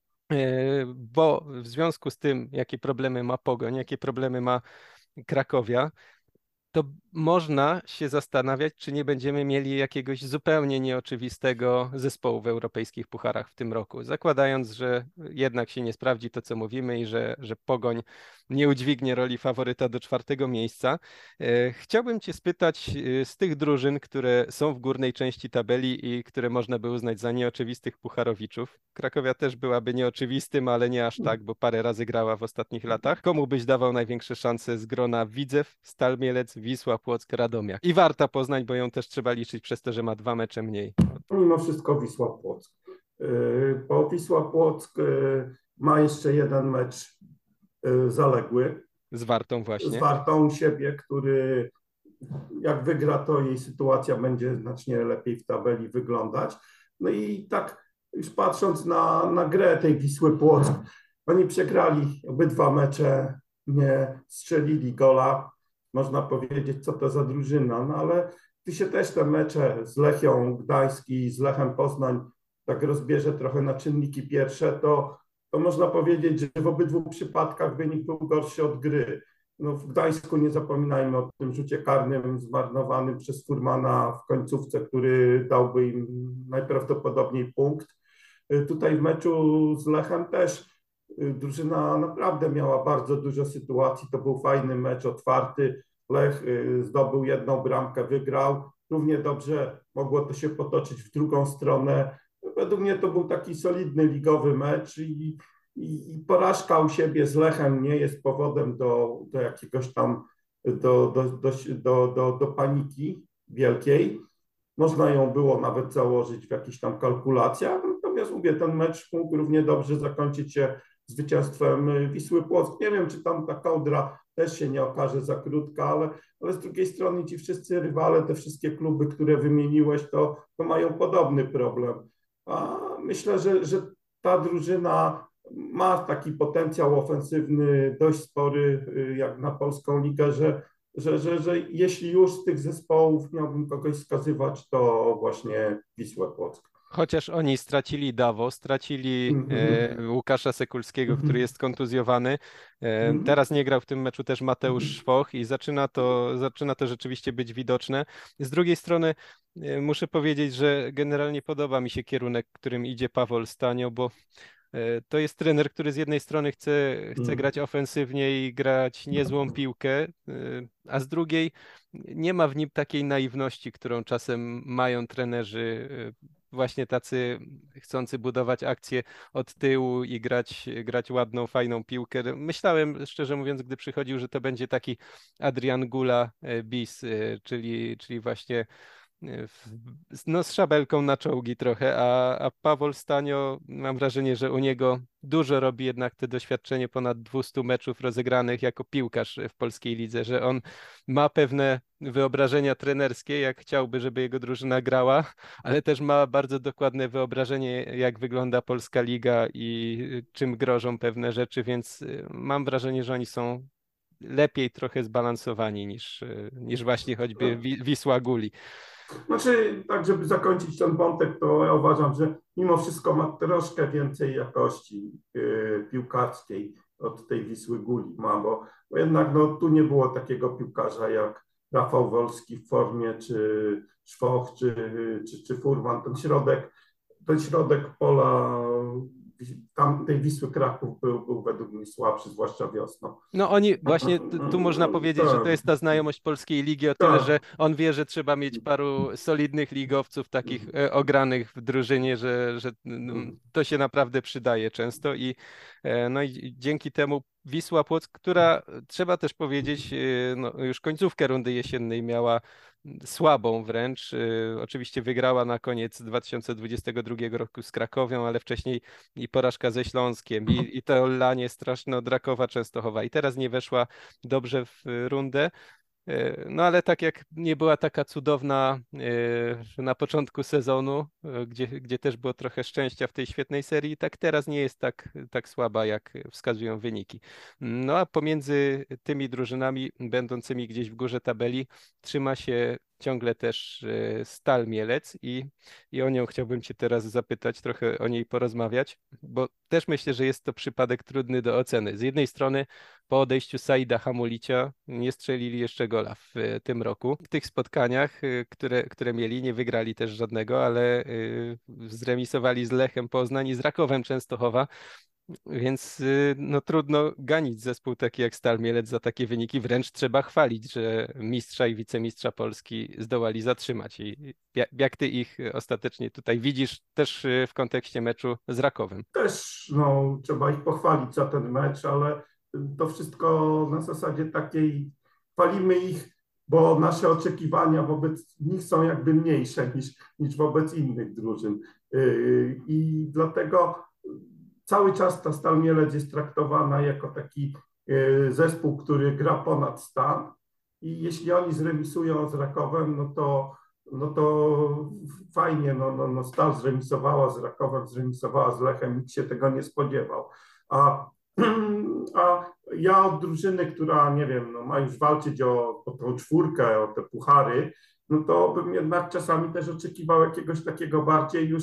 bo w związku z tym, jakie problemy ma Pogoń, jakie problemy ma Krakowia, to można się zastanawiać, czy nie będziemy mieli jakiegoś zupełnie nieoczywistego zespołu w europejskich pucharach w tym roku. Zakładając, że jednak się nie sprawdzi to, co mówimy i że Pogoń nie udźwignie roli faworyta do 4. miejsca. Chciałbym Cię spytać z tych drużyn, które są w górnej części tabeli i które można by uznać za nieoczywistych pucharowiczów. Krakowia też byłaby nieoczywistym, ale nie aż tak, bo parę razy grała w ostatnich latach. Komu byś dawał największe szanse z grona Widzew, Stal Mielec, Wisła, Płock, Radomiak? I Warta Poznań, bo ją też trzeba liczyć przez to, że ma 2 mecze mniej. Mimo wszystko Wisła Płock. Bo Wisła Płock ma jeszcze jeden mecz zaległy. Z Wartą właśnie. Z Wartą u siebie, który jak wygra, to jej sytuacja będzie znacznie lepiej w tabeli wyglądać. No i tak już patrząc na grę tej Wisły Płock, oni przegrali obydwa mecze, nie strzelili gola. Można powiedzieć, co to za drużyna, no ale gdy się też te mecze z Lechią Gdańsk i z Lechem Poznań tak rozbierze trochę na czynniki pierwsze, to można powiedzieć, że w obydwu przypadkach wynik był gorszy od gry. No w Gdańsku nie zapominajmy o tym rzucie karnym zmarnowanym przez Furmana w końcówce, który dałby im najprawdopodobniej punkt. Tutaj w meczu z Lechem też drużyna naprawdę miała bardzo dużo sytuacji. To był fajny mecz, otwarty. Lech zdobył jedną bramkę, wygrał. Równie dobrze mogło to się potoczyć w drugą stronę. Według mnie to był taki solidny ligowy mecz i porażka u siebie z Lechem nie jest powodem do jakiegoś tam do paniki wielkiej. Można ją było nawet założyć w jakichś tam kalkulacjach. Natomiast mówię, ten mecz mógł równie dobrze zakończyć się zwycięstwem Wisły Płock. Nie wiem, czy tam ta kołdra też się nie okaże za krótka, ale z drugiej strony ci wszyscy rywale, te wszystkie kluby, które wymieniłeś, to mają podobny problem. A myślę, że ta drużyna ma taki potencjał ofensywny dość spory, jak na polską ligę, że jeśli już z tych zespołów miałbym kogoś wskazywać, to właśnie Wisłę Płock. Chociaż oni stracili Dawo, stracili Łukasza Sekulskiego, który jest kontuzjowany. Teraz nie grał w tym meczu też Mateusz Szwoch i zaczyna to rzeczywiście być widoczne. Z drugiej strony muszę powiedzieć, że generalnie podoba mi się kierunek, którym idzie Pawol Stanio, bo to jest trener, który z jednej strony chce grać ofensywnie i grać niezłą piłkę, a z drugiej nie ma w nim takiej naiwności, którą czasem mają trenerzy właśnie tacy chcący budować akcję od tyłu i grać ładną, fajną piłkę. Myślałem, szczerze mówiąc, gdy przychodził, że to będzie taki Adrian Gula bis, czyli właśnie no, z szabelką na czołgi trochę, a Pawol Stanio, mam wrażenie, że u niego dużo robi jednak te doświadczenie ponad 200 meczów rozegranych jako piłkarz w polskiej lidze, że on ma pewne wyobrażenia trenerskie, jak chciałby, żeby jego drużyna grała, ale też ma bardzo dokładne wyobrażenie, jak wygląda polska liga i czym grożą pewne rzeczy, więc mam wrażenie, że oni są lepiej trochę zbalansowani niż właśnie choćby Wisła Guli. Znaczy, tak żeby zakończyć ten wątek, to ja uważam, że mimo wszystko ma troszkę więcej jakości piłkarskiej od tej Wisły Guli ma, bo jednak no, tu nie było takiego piłkarza jak Rafał Wolski w formie, czy Szwoch, czy Furman. Ten środek pola tam tej Wisły Kraków był według mnie słabszy, zwłaszcza wiosną. No oni właśnie, tu można powiedzieć, że to Tak, jest ta znajomość polskiej ligi o tyle, że tak. on wie, że trzeba mieć paru solidnych ligowców, takich ogranych w drużynie, że to się naprawdę przydaje często no i dzięki temu Wisła Płock, która trzeba też powiedzieć, no już końcówkę rundy jesiennej miała słabą wręcz. Oczywiście wygrała na koniec 2022 roku z Krakowią, ale wcześniej i porażka ze Śląskiem i to lanie straszne od Rakowa Częstochowa i teraz nie weszła dobrze w rundę. No ale tak jak nie była taka cudowna na początku sezonu, gdzie też było trochę szczęścia w tej świetnej serii, tak teraz nie jest tak słaba, jak wskazują wyniki. No a pomiędzy tymi drużynami będącymi gdzieś w górze tabeli trzyma się ciągle też Stal Mielec i o nią chciałbym Cię teraz zapytać, trochę o niej porozmawiać, bo też myślę, że jest to przypadek trudny do oceny. Z jednej strony po odejściu Saida Hamulicia nie strzelili jeszcze gola w tym roku. W tych spotkaniach, które mieli, nie wygrali też żadnego, ale zremisowali z Lechem Poznań i z Rakowem Częstochowa. Więc no trudno ganić zespół taki jak Stal Mielec za takie wyniki. Wręcz trzeba chwalić, że mistrza i wicemistrza Polski zdołali zatrzymać. I jak ty ich ostatecznie tutaj widzisz też w kontekście meczu z Rakowem? Też no, trzeba ich pochwalić za ten mecz, ale to wszystko na zasadzie takiej, chwalimy ich, bo nasze oczekiwania wobec nich są jakby mniejsze niż wobec innych drużyn. I dlatego cały czas ta Stal Mielec jest traktowana jako taki zespół, który gra ponad stan i jeśli oni zremisują z Rakowem, no to fajnie, no Stal zremisowała z Rakowem, zremisowała z Lechem, nikt się tego nie spodziewał. A, a ja od drużyny, która, nie wiem, no, ma już walczyć o tą czwórkę, o te puchary, no to bym jednak czasami też oczekiwał jakiegoś takiego bardziej już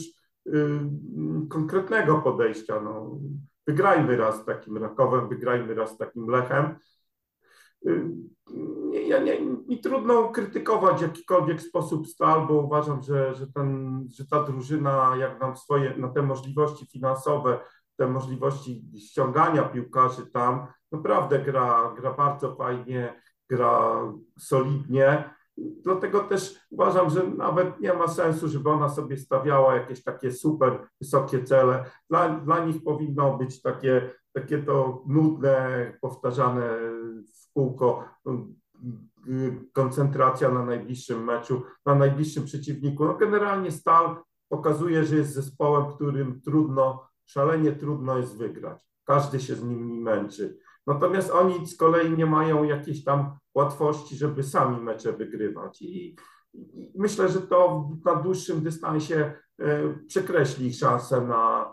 konkretnego podejścia. No, wygrajmy raz z takim Rakowem, wygrajmy raz z takim Lechem. Mi trudno krytykować w jakikolwiek sposób Stal, bo uważam, że ta drużyna, jak nam na te możliwości finansowe, te możliwości ściągania piłkarzy tam, naprawdę gra bardzo fajnie, gra solidnie. Dlatego też uważam, że nawet nie ma sensu, żeby ona sobie stawiała jakieś takie super wysokie cele. Dla nich powinno być takie to nudne, powtarzane w kółko, koncentracja na najbliższym meczu, na najbliższym przeciwniku. No generalnie Stal pokazuje, że jest zespołem, którym szalenie trudno jest wygrać. Każdy się z nimi męczy. Natomiast oni z kolei nie mają jakiejś tam łatwości, żeby sami mecze wygrywać. I myślę, że to na dłuższym dystansie przekreśli szanse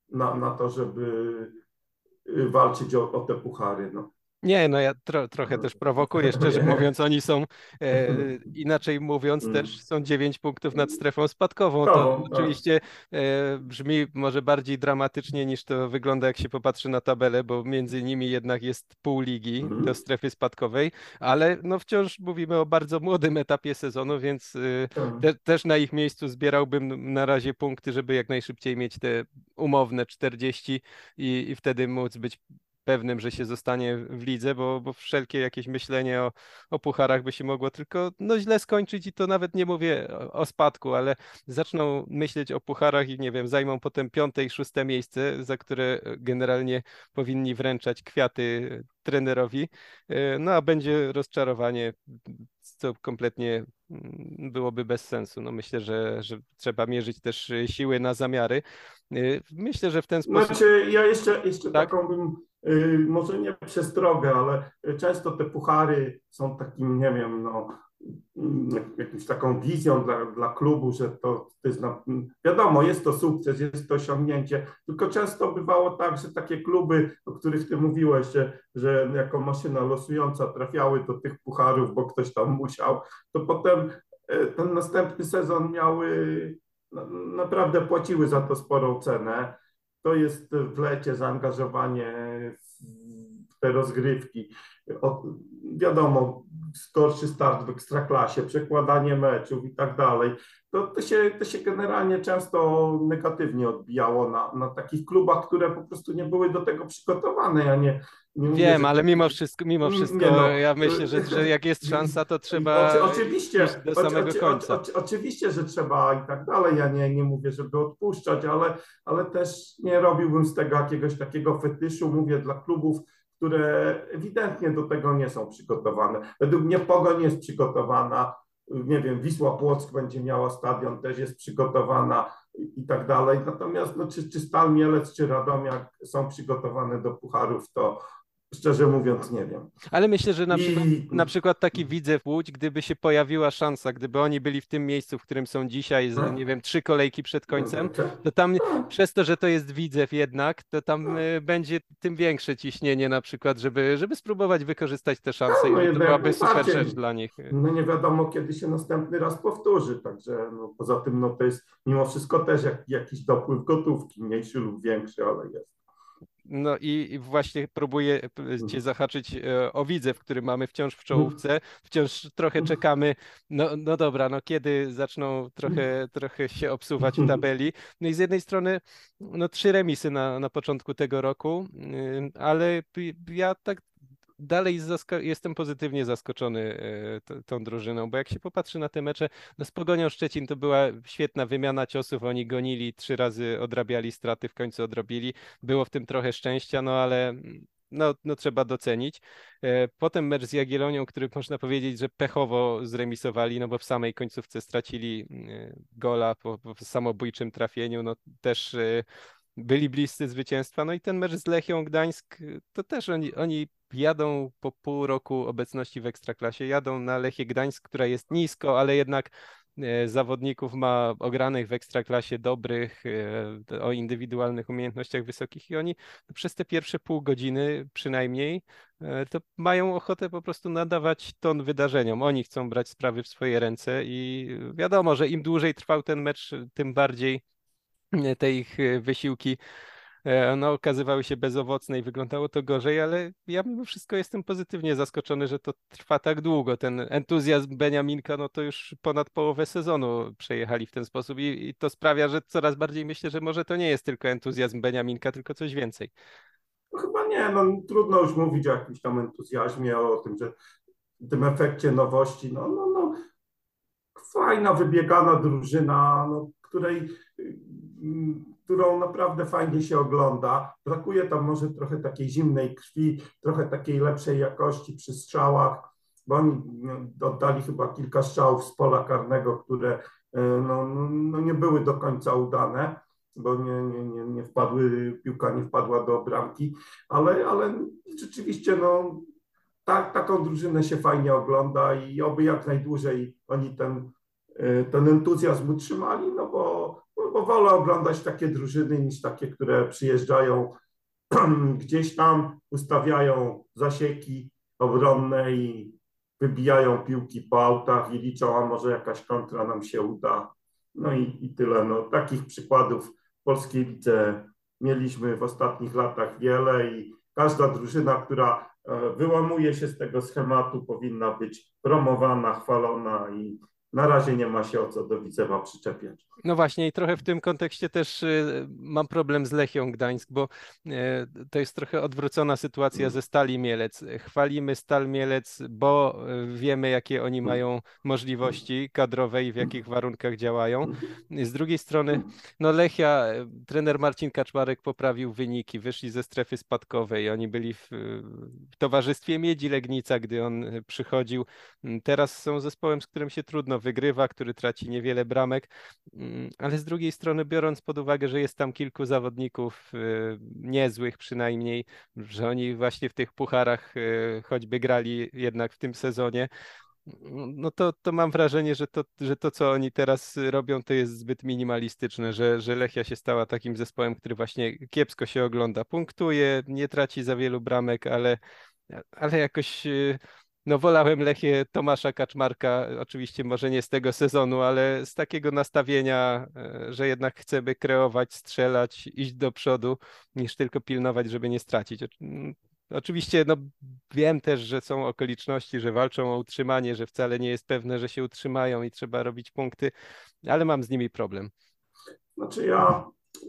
na to, żeby walczyć o te puchary. No. Nie, no ja trochę też prowokuję, szczerze mówiąc, oni są, inaczej mówiąc, też są 9 punktów nad strefą spadkową. To Tak. oczywiście brzmi może bardziej dramatycznie niż to wygląda, jak się popatrzy na tabelę, bo między nimi jednak jest pół ligi do strefy spadkowej, ale no wciąż mówimy o bardzo młodym etapie sezonu, więc też na ich miejscu zbierałbym na razie punkty, żeby jak najszybciej mieć te umowne 40 i wtedy móc być pewnym, że się zostanie w lidze, bo wszelkie jakieś myślenie o pucharach by się mogło tylko no, źle skończyć i to nawet nie mówię o spadku, ale zaczną myśleć o pucharach i nie wiem, zajmą potem 5. i 6. miejsce, za które generalnie powinni wręczać kwiaty trenerowi, no a będzie rozczarowanie, co kompletnie byłoby bez sensu. No myślę, że trzeba mierzyć też siły na zamiary. Myślę, że w ten sposób, Znaczy, ja jeszcze tak? taką bym, może nie przestrogę, ale często te puchary są takim, nie wiem, no, jakąś taką wizją dla klubu, że to jest, wiadomo, jest to sukces, jest to osiągnięcie, tylko często bywało tak, że takie kluby, o których ty mówiłeś, że jako maszyna losująca trafiały do tych pucharów, bo ktoś tam musiał, to potem ten następny sezon miały, naprawdę płaciły za to sporą cenę. To jest w lecie zaangażowanie w te rozgrywki. Wiadomo, gorszy start w ekstraklasie, przekładanie meczów i tak dalej. To się generalnie często negatywnie odbijało na takich klubach, które po prostu nie były do tego przygotowane. Ja nie mówię, Wiem, że ale mimo nie wszystko no. ja myślę, że jak jest szansa, to trzeba iść do samego końca. Oczywiście, że trzeba i tak dalej. Ja nie mówię, żeby odpuszczać, ale też nie robiłbym z tego jakiegoś takiego fetyszu. Mówię dla klubów, które ewidentnie do tego nie są przygotowane. Według mnie Pogoń jest przygotowana, nie wiem, Wisła Płock będzie miała stadion, też jest przygotowana i tak dalej. Natomiast no, czy Stal Mielec, czy Radomiak są przygotowane do pucharów, to szczerze mówiąc nie wiem. Ale myślę, że I na przykład taki Widzew Łódź, gdyby się pojawiła szansa, gdyby oni byli w tym miejscu, w którym są dzisiaj, nie wiem, 3 kolejki przed końcem, to tam przez to, że to jest Widzew jednak, to tam będzie tym większe ciśnienie na przykład, żeby spróbować wykorzystać te szanse no i to jednak byłaby super najbardziej. rzecz dla nich. No nie wiadomo, kiedy się następny raz powtórzy, także no, poza tym no, to jest mimo wszystko też jakiś dopływ gotówki, mniejszy lub większy, ale jest. No i właśnie próbuję cię zahaczyć o Widzew, który mamy wciąż w czołówce. Wciąż trochę czekamy. No dobra, no kiedy zaczną trochę się obsuwać w tabeli. No i z jednej strony no 3 remisy na początku tego roku, ale ja tak dalej jestem pozytywnie zaskoczony tą drużyną, bo jak się popatrzy na te mecze, no z Pogonią Szczecin to była świetna wymiana ciosów, oni gonili 3 razy, odrabiali straty, w końcu odrobili. Było w tym trochę szczęścia, no ale no trzeba docenić. Potem mecz z Jagiellonią, który można powiedzieć, że pechowo zremisowali, no bo w samej końcówce stracili gola po samobójczym trafieniu, no też byli bliscy zwycięstwa. No i ten mecz z Lechią Gdańsk, to też oni jadą po pół roku obecności w Ekstraklasie, jadą na Lechię Gdańsk, która jest nisko, ale jednak zawodników ma ogranych w Ekstraklasie dobrych, o indywidualnych umiejętnościach wysokich i oni przez te pierwsze pół godziny przynajmniej to mają ochotę po prostu nadawać ton wydarzeniom. Oni chcą brać sprawy w swoje ręce i wiadomo, że im dłużej trwał ten mecz, tym bardziej te ich wysiłki no, okazywały się bezowocne i wyglądało to gorzej, ale ja mimo wszystko jestem pozytywnie zaskoczony, że to trwa tak długo. Ten entuzjazm Beniaminka, no to już ponad połowę sezonu przejechali w ten sposób i to sprawia, że coraz bardziej myślę, że może to nie jest tylko entuzjazm Beniaminka, tylko coś więcej. No chyba nie, no trudno już mówić o jakimś tam entuzjazmie, o tym, że tym efekcie nowości, no, fajna, wybiegana drużyna, no, którą naprawdę fajnie się ogląda. Brakuje tam może trochę takiej zimnej krwi, trochę takiej lepszej jakości przy strzałach, bo oni oddali chyba kilka strzałów z pola karnego, które no nie były do końca udane, bo nie wpadły, piłka nie wpadła do bramki, ale rzeczywiście no, taką drużynę się fajnie ogląda i oby jak najdłużej oni ten ten entuzjazm utrzymali, no bo wolę oglądać takie drużyny niż takie, które przyjeżdżają gdzieś tam, ustawiają zasieki obronne i wybijają piłki po autach i liczą, a może jakaś kontra nam się uda. No i tyle. No, takich przykładów w polskiej lidze mieliśmy w ostatnich latach wiele i każda drużyna, która wyłamuje się z tego schematu, powinna być promowana, chwalona i na razie nie ma się o co do Widzewa przyczepiać. No właśnie i trochę w tym kontekście też mam problem z Lechią Gdańsk, bo to jest trochę odwrócona sytuacja ze Stali Mielec. Chwalimy Stal Mielec, bo wiemy, jakie oni mają możliwości kadrowe i w jakich warunkach działają. Z drugiej strony, no Lechia, trener Marcin Kaczmarek poprawił wyniki, wyszli ze strefy spadkowej, oni byli w towarzystwie Miedzi Legnica, gdy on przychodził. Teraz są zespołem, z którym się trudno wygrywa, który traci niewiele bramek. Ale z drugiej strony, biorąc pod uwagę, że jest tam kilku zawodników niezłych przynajmniej, że oni właśnie w tych pucharach choćby grali jednak w tym sezonie, no to mam wrażenie, że to, co oni teraz robią, to jest zbyt minimalistyczne, że Lechia się stała takim zespołem, który właśnie kiepsko się ogląda. Punktuje, nie traci za wielu bramek, ale jakoś no wolałem Lechię Tomasza Kaczmarka, oczywiście może nie z tego sezonu, ale z takiego nastawienia, że jednak chcemy kreować, strzelać, iść do przodu, niż tylko pilnować, żeby nie stracić. Oczywiście no, wiem też, że są okoliczności, że walczą o utrzymanie, że wcale nie jest pewne, że się utrzymają i trzeba robić punkty, ale mam z nimi problem. Znaczy ja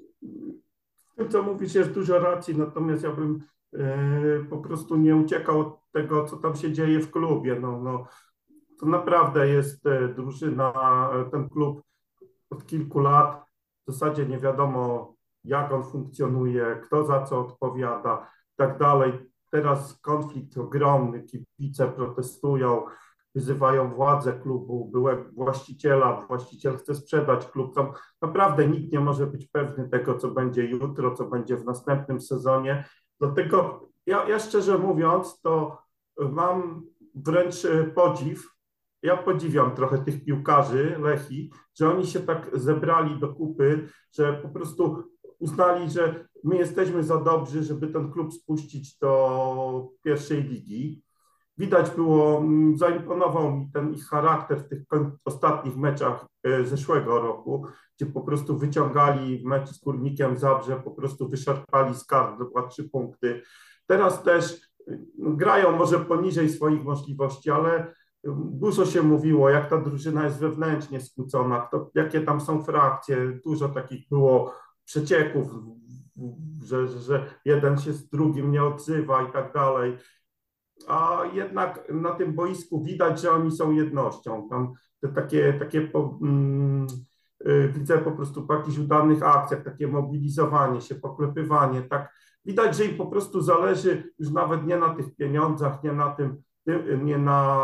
w tym, co mówisz, jest dużo racji, natomiast ja bym po prostu nie uciekał od tego, co tam się dzieje w klubie. To naprawdę jest drużyna, ten klub od kilku lat. W zasadzie nie wiadomo, jak on funkcjonuje, kto za co odpowiada i tak dalej. Teraz konflikt ogromny, kibice protestują, wyzywają władze klubu, byłego właściciela, właściciel chce sprzedać klub. Tam naprawdę nikt nie może być pewny tego, co będzie jutro, co będzie w następnym sezonie. Dlatego ja szczerze mówiąc, to mam wręcz podziw. Ja podziwiam trochę tych piłkarzy Lechii, że oni się tak zebrali do kupy, że po prostu uznali, że my jesteśmy za dobrzy, żeby ten klub spuścić do pierwszej ligi. Widać było, zaimponował mi ten ich charakter w tych ostatnich meczach zeszłego roku, gdzie po prostu wyciągali w meczu z Górnikiem Zabrze, po prostu wyszarpali z kart, dokładnie 3 punkty. Teraz też grają może poniżej swoich możliwości, ale dużo się mówiło, jak ta drużyna jest wewnętrznie skłócona, jakie tam są frakcje, dużo takich było przecieków, że jeden się z drugim nie odzywa i tak dalej. A jednak na tym boisku widać, że oni są jednością. Tam widzę po prostu po jakichś udanych akcjach, takie mobilizowanie się, poklepywanie, tak widać, że im po prostu zależy już nawet nie na tych pieniądzach, nie na tym, nie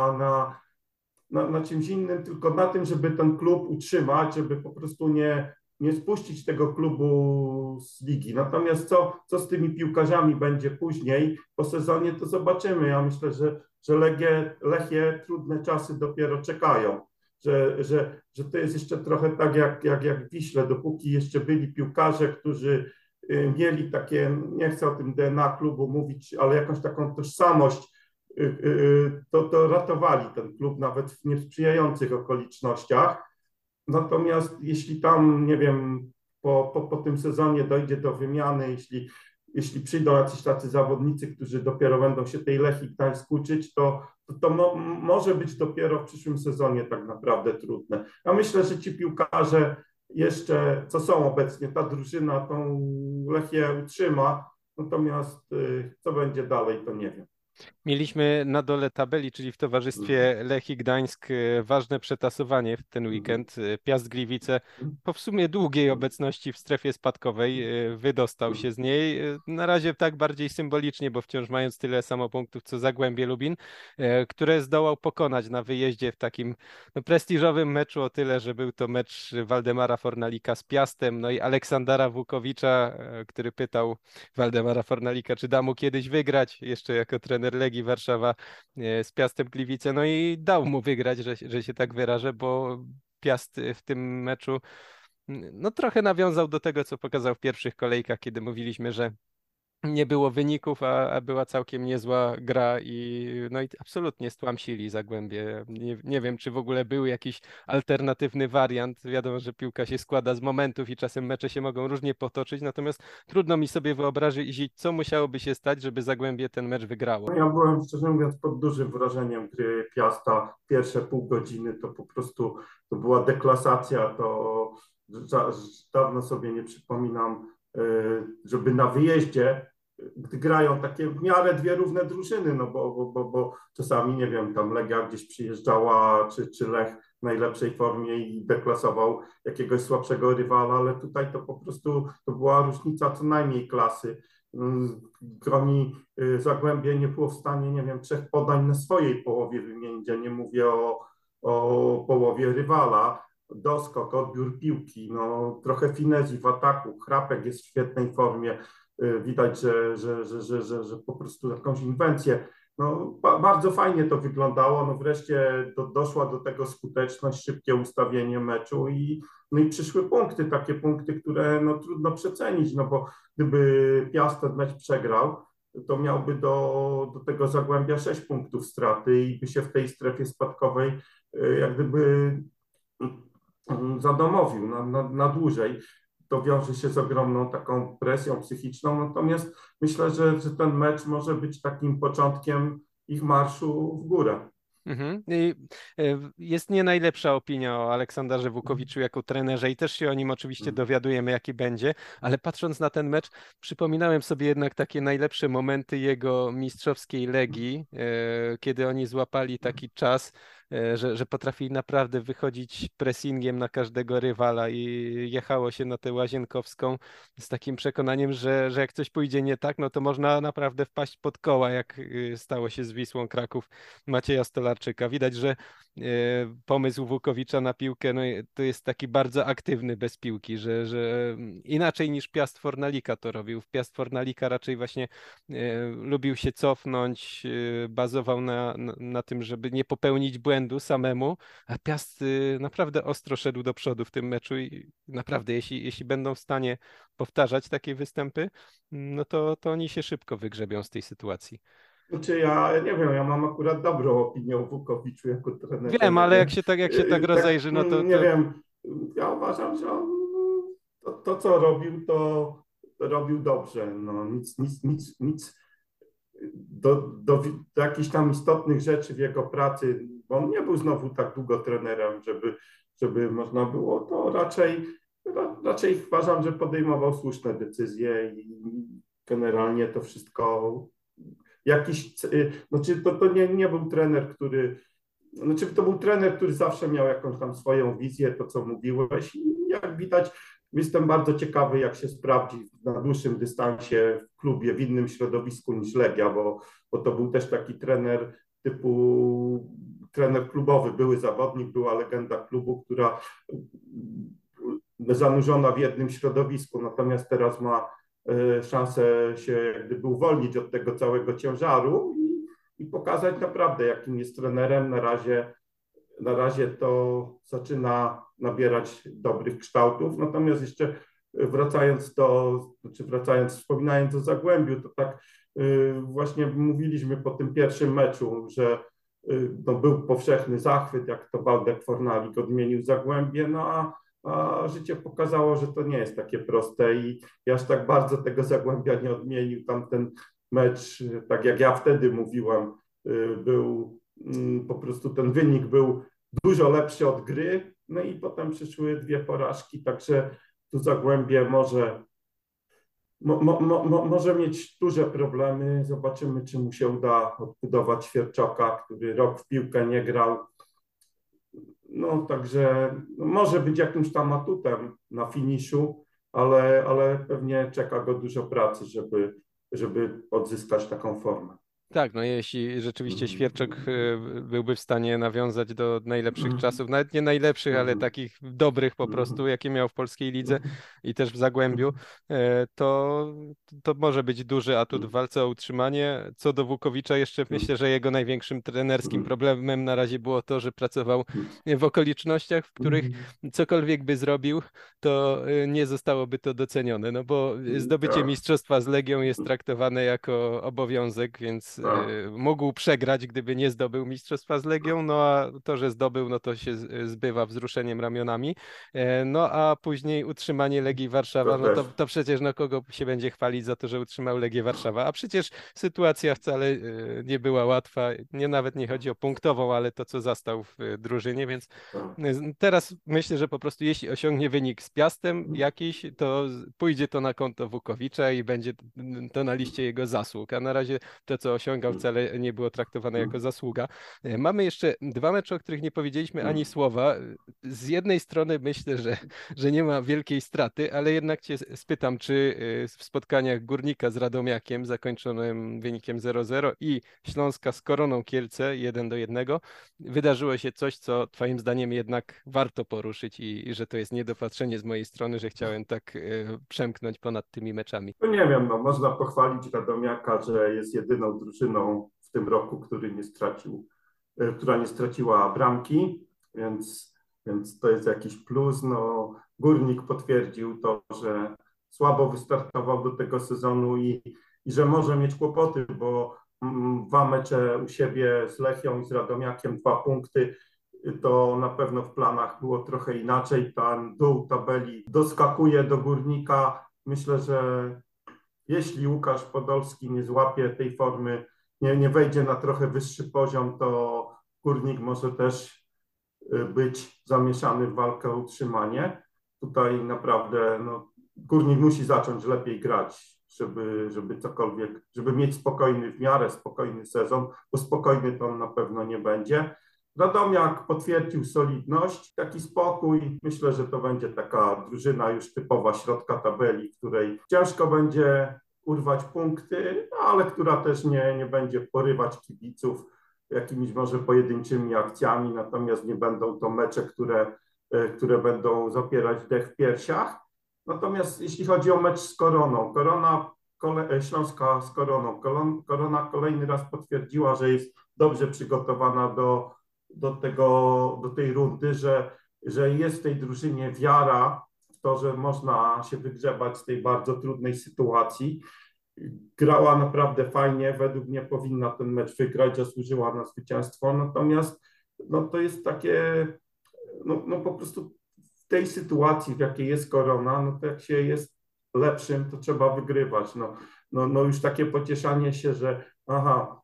na czymś innym, tylko na tym, żeby ten klub utrzymać, żeby po prostu nie spuścić tego klubu z ligi. Natomiast co z tymi piłkarzami będzie później po sezonie, to zobaczymy. Ja myślę, że Lechie trudne czasy dopiero czekają. Że to jest jeszcze trochę tak jak w Wiśle, dopóki jeszcze byli piłkarze, którzy mieli takie, nie chcę o tym DNA klubu mówić, ale jakąś taką tożsamość, to ratowali ten klub nawet w niesprzyjających okolicznościach. Natomiast jeśli tam, nie wiem, po tym sezonie dojdzie do wymiany, jeśli przyjdą jacyś tacy zawodnicy, którzy dopiero będą się tej Lechii Gdańsk uczyć, to może być dopiero w przyszłym sezonie tak naprawdę trudne. Ja myślę, że ci piłkarze jeszcze, co są obecnie, ta drużyna tą Lechię utrzyma, natomiast co będzie dalej, to nie wiem. Mieliśmy na dole tabeli, czyli w towarzystwie Lechii Gdańsk, ważne przetasowanie w ten weekend. Piast Gliwice po w sumie długiej obecności w strefie spadkowej wydostał się z niej. Na razie tak bardziej symbolicznie, bo wciąż mając tyle samo punktów co Zagłębie Lubin, które zdołał pokonać na wyjeździe w takim no, prestiżowym meczu o tyle, że był to mecz Waldemara Fornalika z Piastem, no i Aleksandra Wukowicza, który pytał Waldemara Fornalika, czy da mu kiedyś wygrać, jeszcze jako trener Legii Warszawa z Piastem Gliwice, no i dał mu wygrać, że się tak wyrażę, bo Piast w tym meczu no trochę nawiązał do tego, co pokazał w pierwszych kolejkach, kiedy mówiliśmy, że nie było wyników, a była całkiem niezła gra no i absolutnie stłamsili Zagłębie. Nie wiem, czy w ogóle był jakiś alternatywny wariant. Wiadomo, że piłka się składa z momentów i czasem mecze się mogą różnie potoczyć, natomiast trudno mi sobie wyobrazić, co musiałoby się stać, żeby Zagłębie ten mecz wygrało. No ja byłem, szczerze mówiąc, pod dużym wrażeniem gry Piasta. Pierwsze pół godziny to po prostu to była deklasacja. Dawno sobie nie przypominam, żeby na wyjeździe, gdy grają takie w miarę dwie równe drużyny, no bo czasami, nie wiem, tam Legia gdzieś przyjeżdżała, czy Lech w najlepszej formie i deklasował jakiegoś słabszego rywala, ale tutaj to po prostu to była różnica co najmniej klasy. Oni Zagłębie nie było w stanie, nie wiem, 3 podań na swojej połowie wymienić, ja nie mówię o połowie rywala. Doskok, odbiór piłki, no, trochę finezji w ataku, Chrapek jest w świetnej formie, widać, że po prostu jakąś inwencję. No, bardzo fajnie to wyglądało, no wreszcie doszła do tego skuteczność, szybkie ustawienie meczu no i przyszły punkty, takie punkty, które no, trudno przecenić, no bo gdyby Piast ten mecz przegrał, to miałby do tego Zagłębia 6 punktów straty i by się w tej strefie spadkowej jak gdyby zadomowił na dłużej. To wiąże się z ogromną taką presją psychiczną, natomiast myślę, że ten mecz może być takim początkiem ich marszu w górę. I jest nie najlepsza opinia o Aleksandarze Wukowiczu jako trenerze i też się o nim oczywiście dowiadujemy, jaki będzie, ale patrząc na ten mecz, przypominałem sobie jednak takie najlepsze momenty jego mistrzowskiej Legii, kiedy oni złapali taki czas, że potrafili naprawdę wychodzić pressingiem na każdego rywala i jechało się na tę Łazienkowską z takim przekonaniem, że jak coś pójdzie nie tak, no to można naprawdę wpaść pod koła, jak stało się z Wisłą Kraków Macieja Stolarczyka. Widać, że pomysł Wukowicza na piłkę no, to jest taki bardzo aktywny bez piłki, że inaczej niż Piast Fornalika to robił. Piast Fornalika raczej właśnie lubił się cofnąć, bazował na tym, żeby nie popełnić błędu samemu, a Piast naprawdę ostro szedł do przodu w tym meczu i naprawdę jeśli będą w stanie powtarzać takie występy, no to oni się szybko wygrzebią z tej sytuacji. Znaczy ja nie wiem, ja mam akurat dobrą opinię o Wukowiczu jako trenerze. Wiem, Nie ale wiem, jak się tak rozejrzy, no to... nie wiem, ja uważam, że on to co robił, to robił dobrze. No, nic do jakichś tam istotnych rzeczy w jego pracy, bo on nie był znowu tak długo trenerem, żeby można było, to raczej uważam, że podejmował słuszne decyzje i generalnie to wszystko znaczy to nie był trener, znaczy to był trener, który zawsze miał jakąś tam swoją wizję, to co mówiłeś i jak widać, jestem bardzo ciekawy, jak się sprawdzi na dłuższym dystansie w klubie, w innym środowisku niż Legia, bo to był też taki trener typu trener klubowy, były zawodnik, była legenda klubu, która zanurzona w jednym środowisku, natomiast teraz ma szansę się jak gdyby uwolnić od tego całego ciężaru i pokazać naprawdę, jakim jest trenerem. Na razie to zaczyna nabierać dobrych kształtów. Natomiast jeszcze wspominając o Zagłębiu, to tak właśnie mówiliśmy po tym pierwszym meczu, że no, był powszechny zachwyt, jak to Waldek Fornalik odmienił Zagłębie, no a życie pokazało, że to nie jest takie proste i aż tak bardzo tego Zagłębia nie odmienił. Tamten mecz, tak jak ja wtedy mówiłem, był po prostu ten wynik był dużo lepszy od gry, no i potem przyszły 2 porażki, także tu Zagłębie może mieć duże problemy. Zobaczymy, czy mu się uda odbudować Świerczoka, który rok w piłkę nie grał. No także może być jakimś tam atutem na finiszu, ale pewnie czeka go dużo pracy, żeby odzyskać taką formę. Tak, no jeśli rzeczywiście Świerczok byłby w stanie nawiązać do najlepszych czasów, nawet nie najlepszych, ale takich dobrych po prostu, jakie miał w polskiej lidze i też w Zagłębiu, to, to może być duży atut w walce o utrzymanie. Co do Wukowicza, jeszcze myślę, że jego największym trenerskim problemem na razie było to, że pracował w okolicznościach, w których cokolwiek by zrobił, to nie zostałoby to docenione, no bo zdobycie Tak, mistrzostwa z Legią jest traktowane jako obowiązek, więc tak, mógł przegrać, gdyby nie zdobył mistrzostwa z Legią, no a to, że zdobył, no to się zbywa wzruszeniem ramionami. No a później utrzymanie Legii to Warszawa, no też. to przecież no kogo się będzie chwalić za to, że utrzymał Legię Warszawa, a przecież sytuacja wcale nie była łatwa, nawet nie chodzi o punktową, ale to, co zastał w drużynie, więc Tak. teraz myślę, że po prostu jeśli osiągnie wynik z Piastem jakiś, to pójdzie to na konto Wukowicza i będzie to na liście jego zasług, a na razie to, co osiągał, wcale nie było traktowane jako zasługa. Mamy jeszcze dwa mecze, o których nie powiedzieliśmy ani słowa. Z jednej strony myślę, że nie ma wielkiej straty, ale jednak cię spytam, czy w spotkaniach Górnika z Radomiakiem zakończonym wynikiem 0-0 i Śląska z Koroną Kielce 1-1 wydarzyło się coś, co twoim zdaniem jednak warto poruszyć i że to jest niedopatrzenie z mojej strony, że chciałem tak przemknąć ponad tymi meczami. No nie wiem, no można pochwalić Radomiaka, że jest jedyną drużyną w tym roku, która nie straciła bramki, więc to jest jakiś plus. No, Górnik potwierdził to, że słabo wystartował do tego sezonu i że może mieć kłopoty, bo dwa mecze u siebie z Lechią i z Radomiakiem, 2 punkty, to na pewno w planach było trochę inaczej. Ten dół tabeli doskakuje do Górnika. Myślę, że jeśli Łukasz Podolski nie złapie tej formy, nie wejdzie na trochę wyższy poziom, to Górnik może też być zamieszany w walkę o utrzymanie. Tutaj naprawdę no, Górnik musi zacząć lepiej grać, żeby cokolwiek, żeby mieć spokojny, w miarę spokojny sezon, bo spokojny to on na pewno nie będzie. Radomiak potwierdził solidność, taki spokój. Myślę, że to będzie taka drużyna już typowa środka tabeli, w której ciężko będzie urwać punkty, no, ale która też nie będzie porywać kibiców jakimiś może pojedynczymi akcjami, natomiast nie będą to mecze, które będą zapierać dech w piersiach. Natomiast jeśli chodzi o mecz z Koroną, Śląska z Koroną, Korona kolejny raz potwierdziła, że jest dobrze przygotowana do tej rundy, że jest w tej drużynie wiara w to, że można się wygrzebać z tej bardzo trudnej sytuacji. Grała naprawdę fajnie, według mnie powinna ten mecz wygrać, zasłużyła na zwycięstwo, natomiast no, to jest takie, no po prostu w tej sytuacji, w jakiej jest Korona, no to jak się jest lepszym, to trzeba wygrywać. No już takie pocieszanie się, że aha,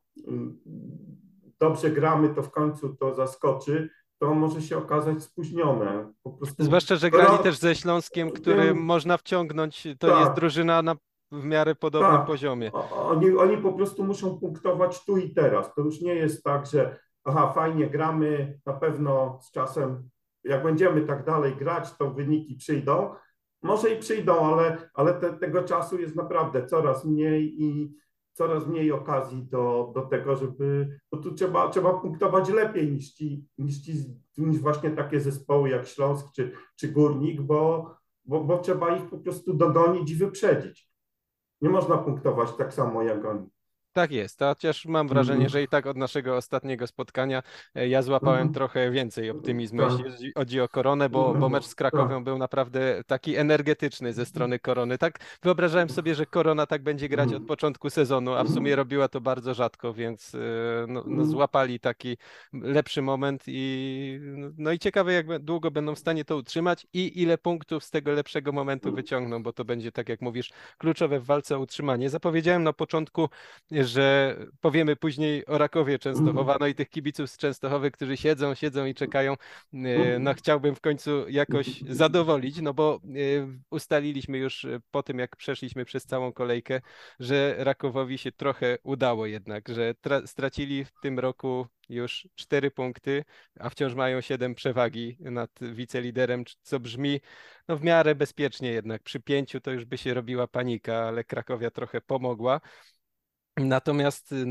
dobrze gramy, to w końcu to zaskoczy, to może się okazać spóźnione. Po prostu Zwłaszcza, że grali też ze Śląskiem, który wiem, można wciągnąć, to jest tak, drużyna w miarę podobnym tak. poziomie. Oni po prostu muszą punktować tu i teraz. To już nie jest tak, że aha, fajnie gramy, na pewno z czasem, jak będziemy tak dalej grać, to wyniki przyjdą. Może i przyjdą, ale tego czasu jest naprawdę coraz mniej i coraz mniej okazji do tego, bo tu trzeba punktować lepiej niż właśnie takie zespoły jak Śląsk czy Górnik, bo trzeba ich po prostu dogonić i wyprzedzić. Nie można punktować tak samo jak oni. Tak jest, chociaż mam wrażenie, Mhm, że i tak od naszego ostatniego spotkania ja złapałem mhm, trochę więcej optymizmu, tak, jeśli chodzi o Koronę, bo mecz z tak. Krakowią był naprawdę taki energetyczny ze strony Korony. Tak wyobrażałem sobie, że Korona tak będzie grać od Mhm, początku sezonu, a w sumie mhm, robiła to bardzo rzadko, więc no mhm, złapali taki lepszy moment no i ciekawe, jak długo będą w stanie to utrzymać i ile punktów z tego lepszego momentu wyciągną, bo to będzie, tak jak mówisz, kluczowe w walce o utrzymanie. Zapowiedziałem na początku, że powiemy później o Rakowie mhm, Częstochowa, no i tych kibiców z Częstochowy, którzy siedzą i czekają. No mhm. chciałbym w końcu jakoś zadowolić, no bo ustaliliśmy już po tym, jak przeszliśmy przez całą kolejkę, że Rakowowi się trochę udało jednak, że stracili w tym roku już 4 punkty, a wciąż mają 7 przewagi nad wiceliderem, co brzmi no w miarę bezpiecznie jednak. Przy 5 to już by się robiła panika, ale Krakowia trochę pomogła. Natomiast no,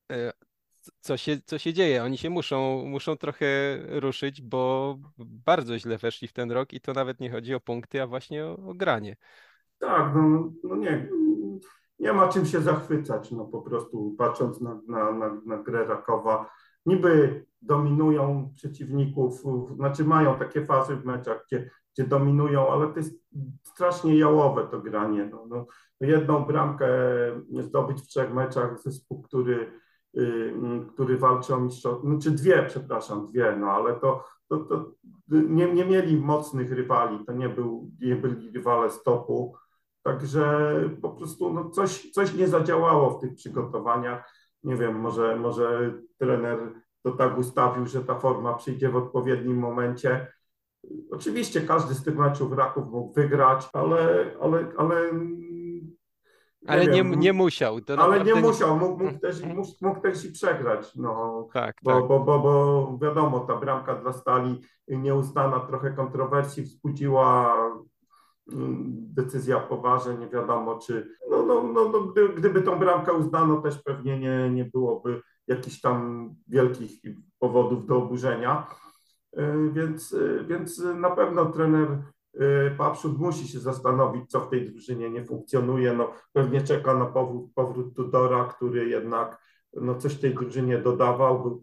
e, co się dzieje? Oni się muszą trochę ruszyć, bo bardzo źle weszli w ten rok i to nawet nie chodzi o punkty, a właśnie o granie. Tak, no nie, nie ma czym się zachwycać, no po prostu patrząc na grę Rakowa. Niby dominują przeciwników, znaczy mają takie fazy w meczach, gdzie dominują, ale to jest strasznie jałowe to granie. Jedną bramkę zdobyć w 3 meczach zespół, który walczy o mistrzostwo, no, czy dwie, przepraszam, dwie, no ale to nie mieli mocnych rywali, to nie byli rywale z topu. Także po prostu no coś nie zadziałało w tych przygotowaniach. Nie wiem, może trener to tak ustawił, że ta forma przyjdzie w odpowiednim momencie. Oczywiście każdy z tych meczów Raków mógł wygrać, ale nie Ale nie wiem, musiał, to ale nie naprawdę nie. musiał, Mm, mm. mógł też i przegrać. No, Tak, tak. bo wiadomo, ta bramka dla Stali nieuznana, trochę kontrowersji wzbudziła, decyzja poważna, nie wiadomo czy, gdyby tą bramkę uznano, też pewnie nie byłoby jakichś tam wielkich powodów do oburzenia, więc na pewno trener Papszut musi się zastanowić, co w tej drużynie nie funkcjonuje. No, pewnie czeka na powrót Tudora, który jednak coś tej drużynie dodawał, był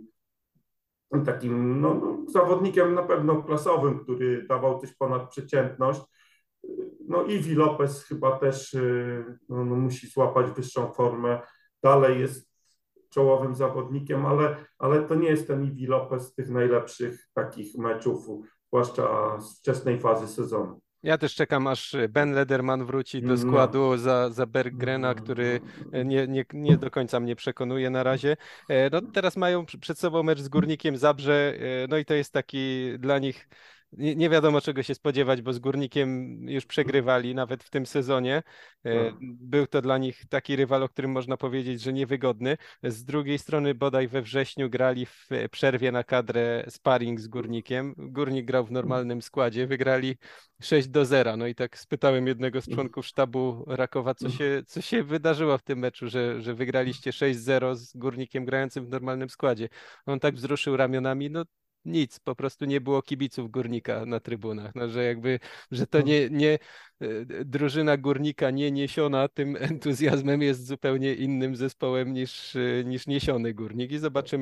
takim zawodnikiem na pewno klasowym, który dawał coś ponad przeciętność. No Iwi Lopez chyba też musi złapać wyższą formę. Dalej jest czołowym zawodnikiem, ale to nie jest ten Iwi Lopez z tych najlepszych takich meczów, zwłaszcza z wczesnej fazy sezonu. Ja też czekam, aż Ben Lederman wróci do No. składu za Berggrena, który nie do końca mnie przekonuje na razie. No, teraz mają przed sobą mecz z Górnikiem Zabrze, no i to jest taki dla nich, nie wiadomo czego się spodziewać, bo z Górnikiem już przegrywali nawet w tym sezonie. Tak. Był to dla nich taki rywal, o którym można powiedzieć, że niewygodny. Z drugiej strony bodaj we wrześniu grali w przerwie na kadrę sparring z Górnikiem. Górnik grał w normalnym składzie, wygrali 6-0. No i tak spytałem jednego z członków sztabu Rakowa, co się wydarzyło w tym meczu, że wygraliście 6-0 z Górnikiem grającym w normalnym składzie. On tak wzruszył ramionami, no nic, po prostu nie było kibiców Górnika na trybunach, no, że jakby, że to nie drużyna Górnika nie niesiona tym entuzjazmem jest zupełnie innym zespołem niż niesiony Górnik i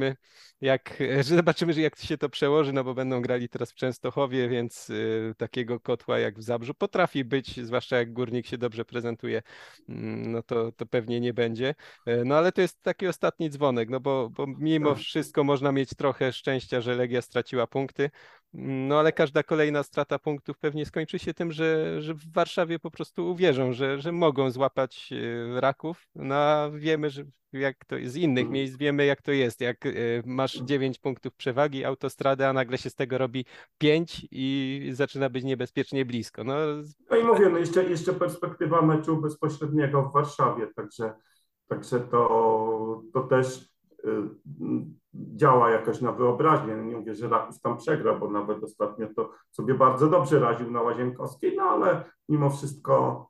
zobaczymy, że jak się to przełoży, no bo będą grali teraz w Częstochowie, więc takiego kotła jak w Zabrzu potrafi być, zwłaszcza jak Górnik się dobrze prezentuje, no to pewnie nie będzie. No ale to jest taki ostatni dzwonek, no bo mimo Tak. wszystko można mieć trochę szczęścia, że Legia straciła punkty, no ale każda kolejna strata punktów pewnie skończy się tym, że w Warszawie po prostu uwierzą, że mogą złapać Raków. No a wiemy, że jak to z innych miejsc wiemy, jak to jest. Jak masz 9 punktów przewagi autostrady, a nagle się z tego robi 5 i zaczyna być niebezpiecznie blisko. No, No i mówię, no jeszcze perspektywa meczu bezpośredniego w Warszawie, także to też działa jakoś na wyobraźnię. Nie mówię, że Raków tam przegra, bo nawet ostatnio to sobie bardzo dobrze raził na Łazienkowskiej, no ale mimo wszystko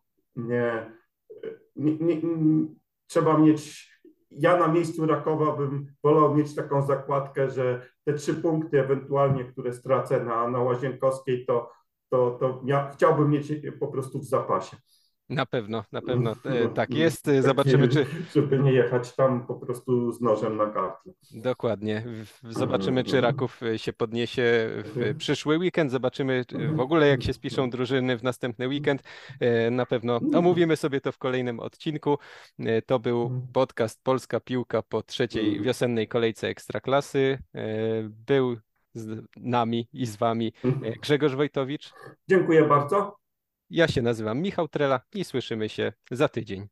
nie trzeba mieć. Ja na miejscu Rakowa bym wolał mieć taką zakładkę, że te 3 punkty ewentualnie, które stracę na Łazienkowskiej, to ja chciałbym mieć po prostu w zapasie. na pewno tak No, jest. taki, Zobaczymy, czy żeby nie jechać tam po prostu z nożem na gardle. dokładnie. Zobaczymy, czy Raków się podniesie w przyszły weekend. Zobaczymy w ogóle, jak się spiszą drużyny w następny weekend. Na pewno omówimy sobie to w kolejnym odcinku. To był podcast Polska Piłka po trzeciej wiosennej kolejce Ekstraklasy. Był z nami i z wami Grzegorz Wojtowicz. Dziękuję bardzo. Ja się nazywam Michał Trela i słyszymy się za tydzień.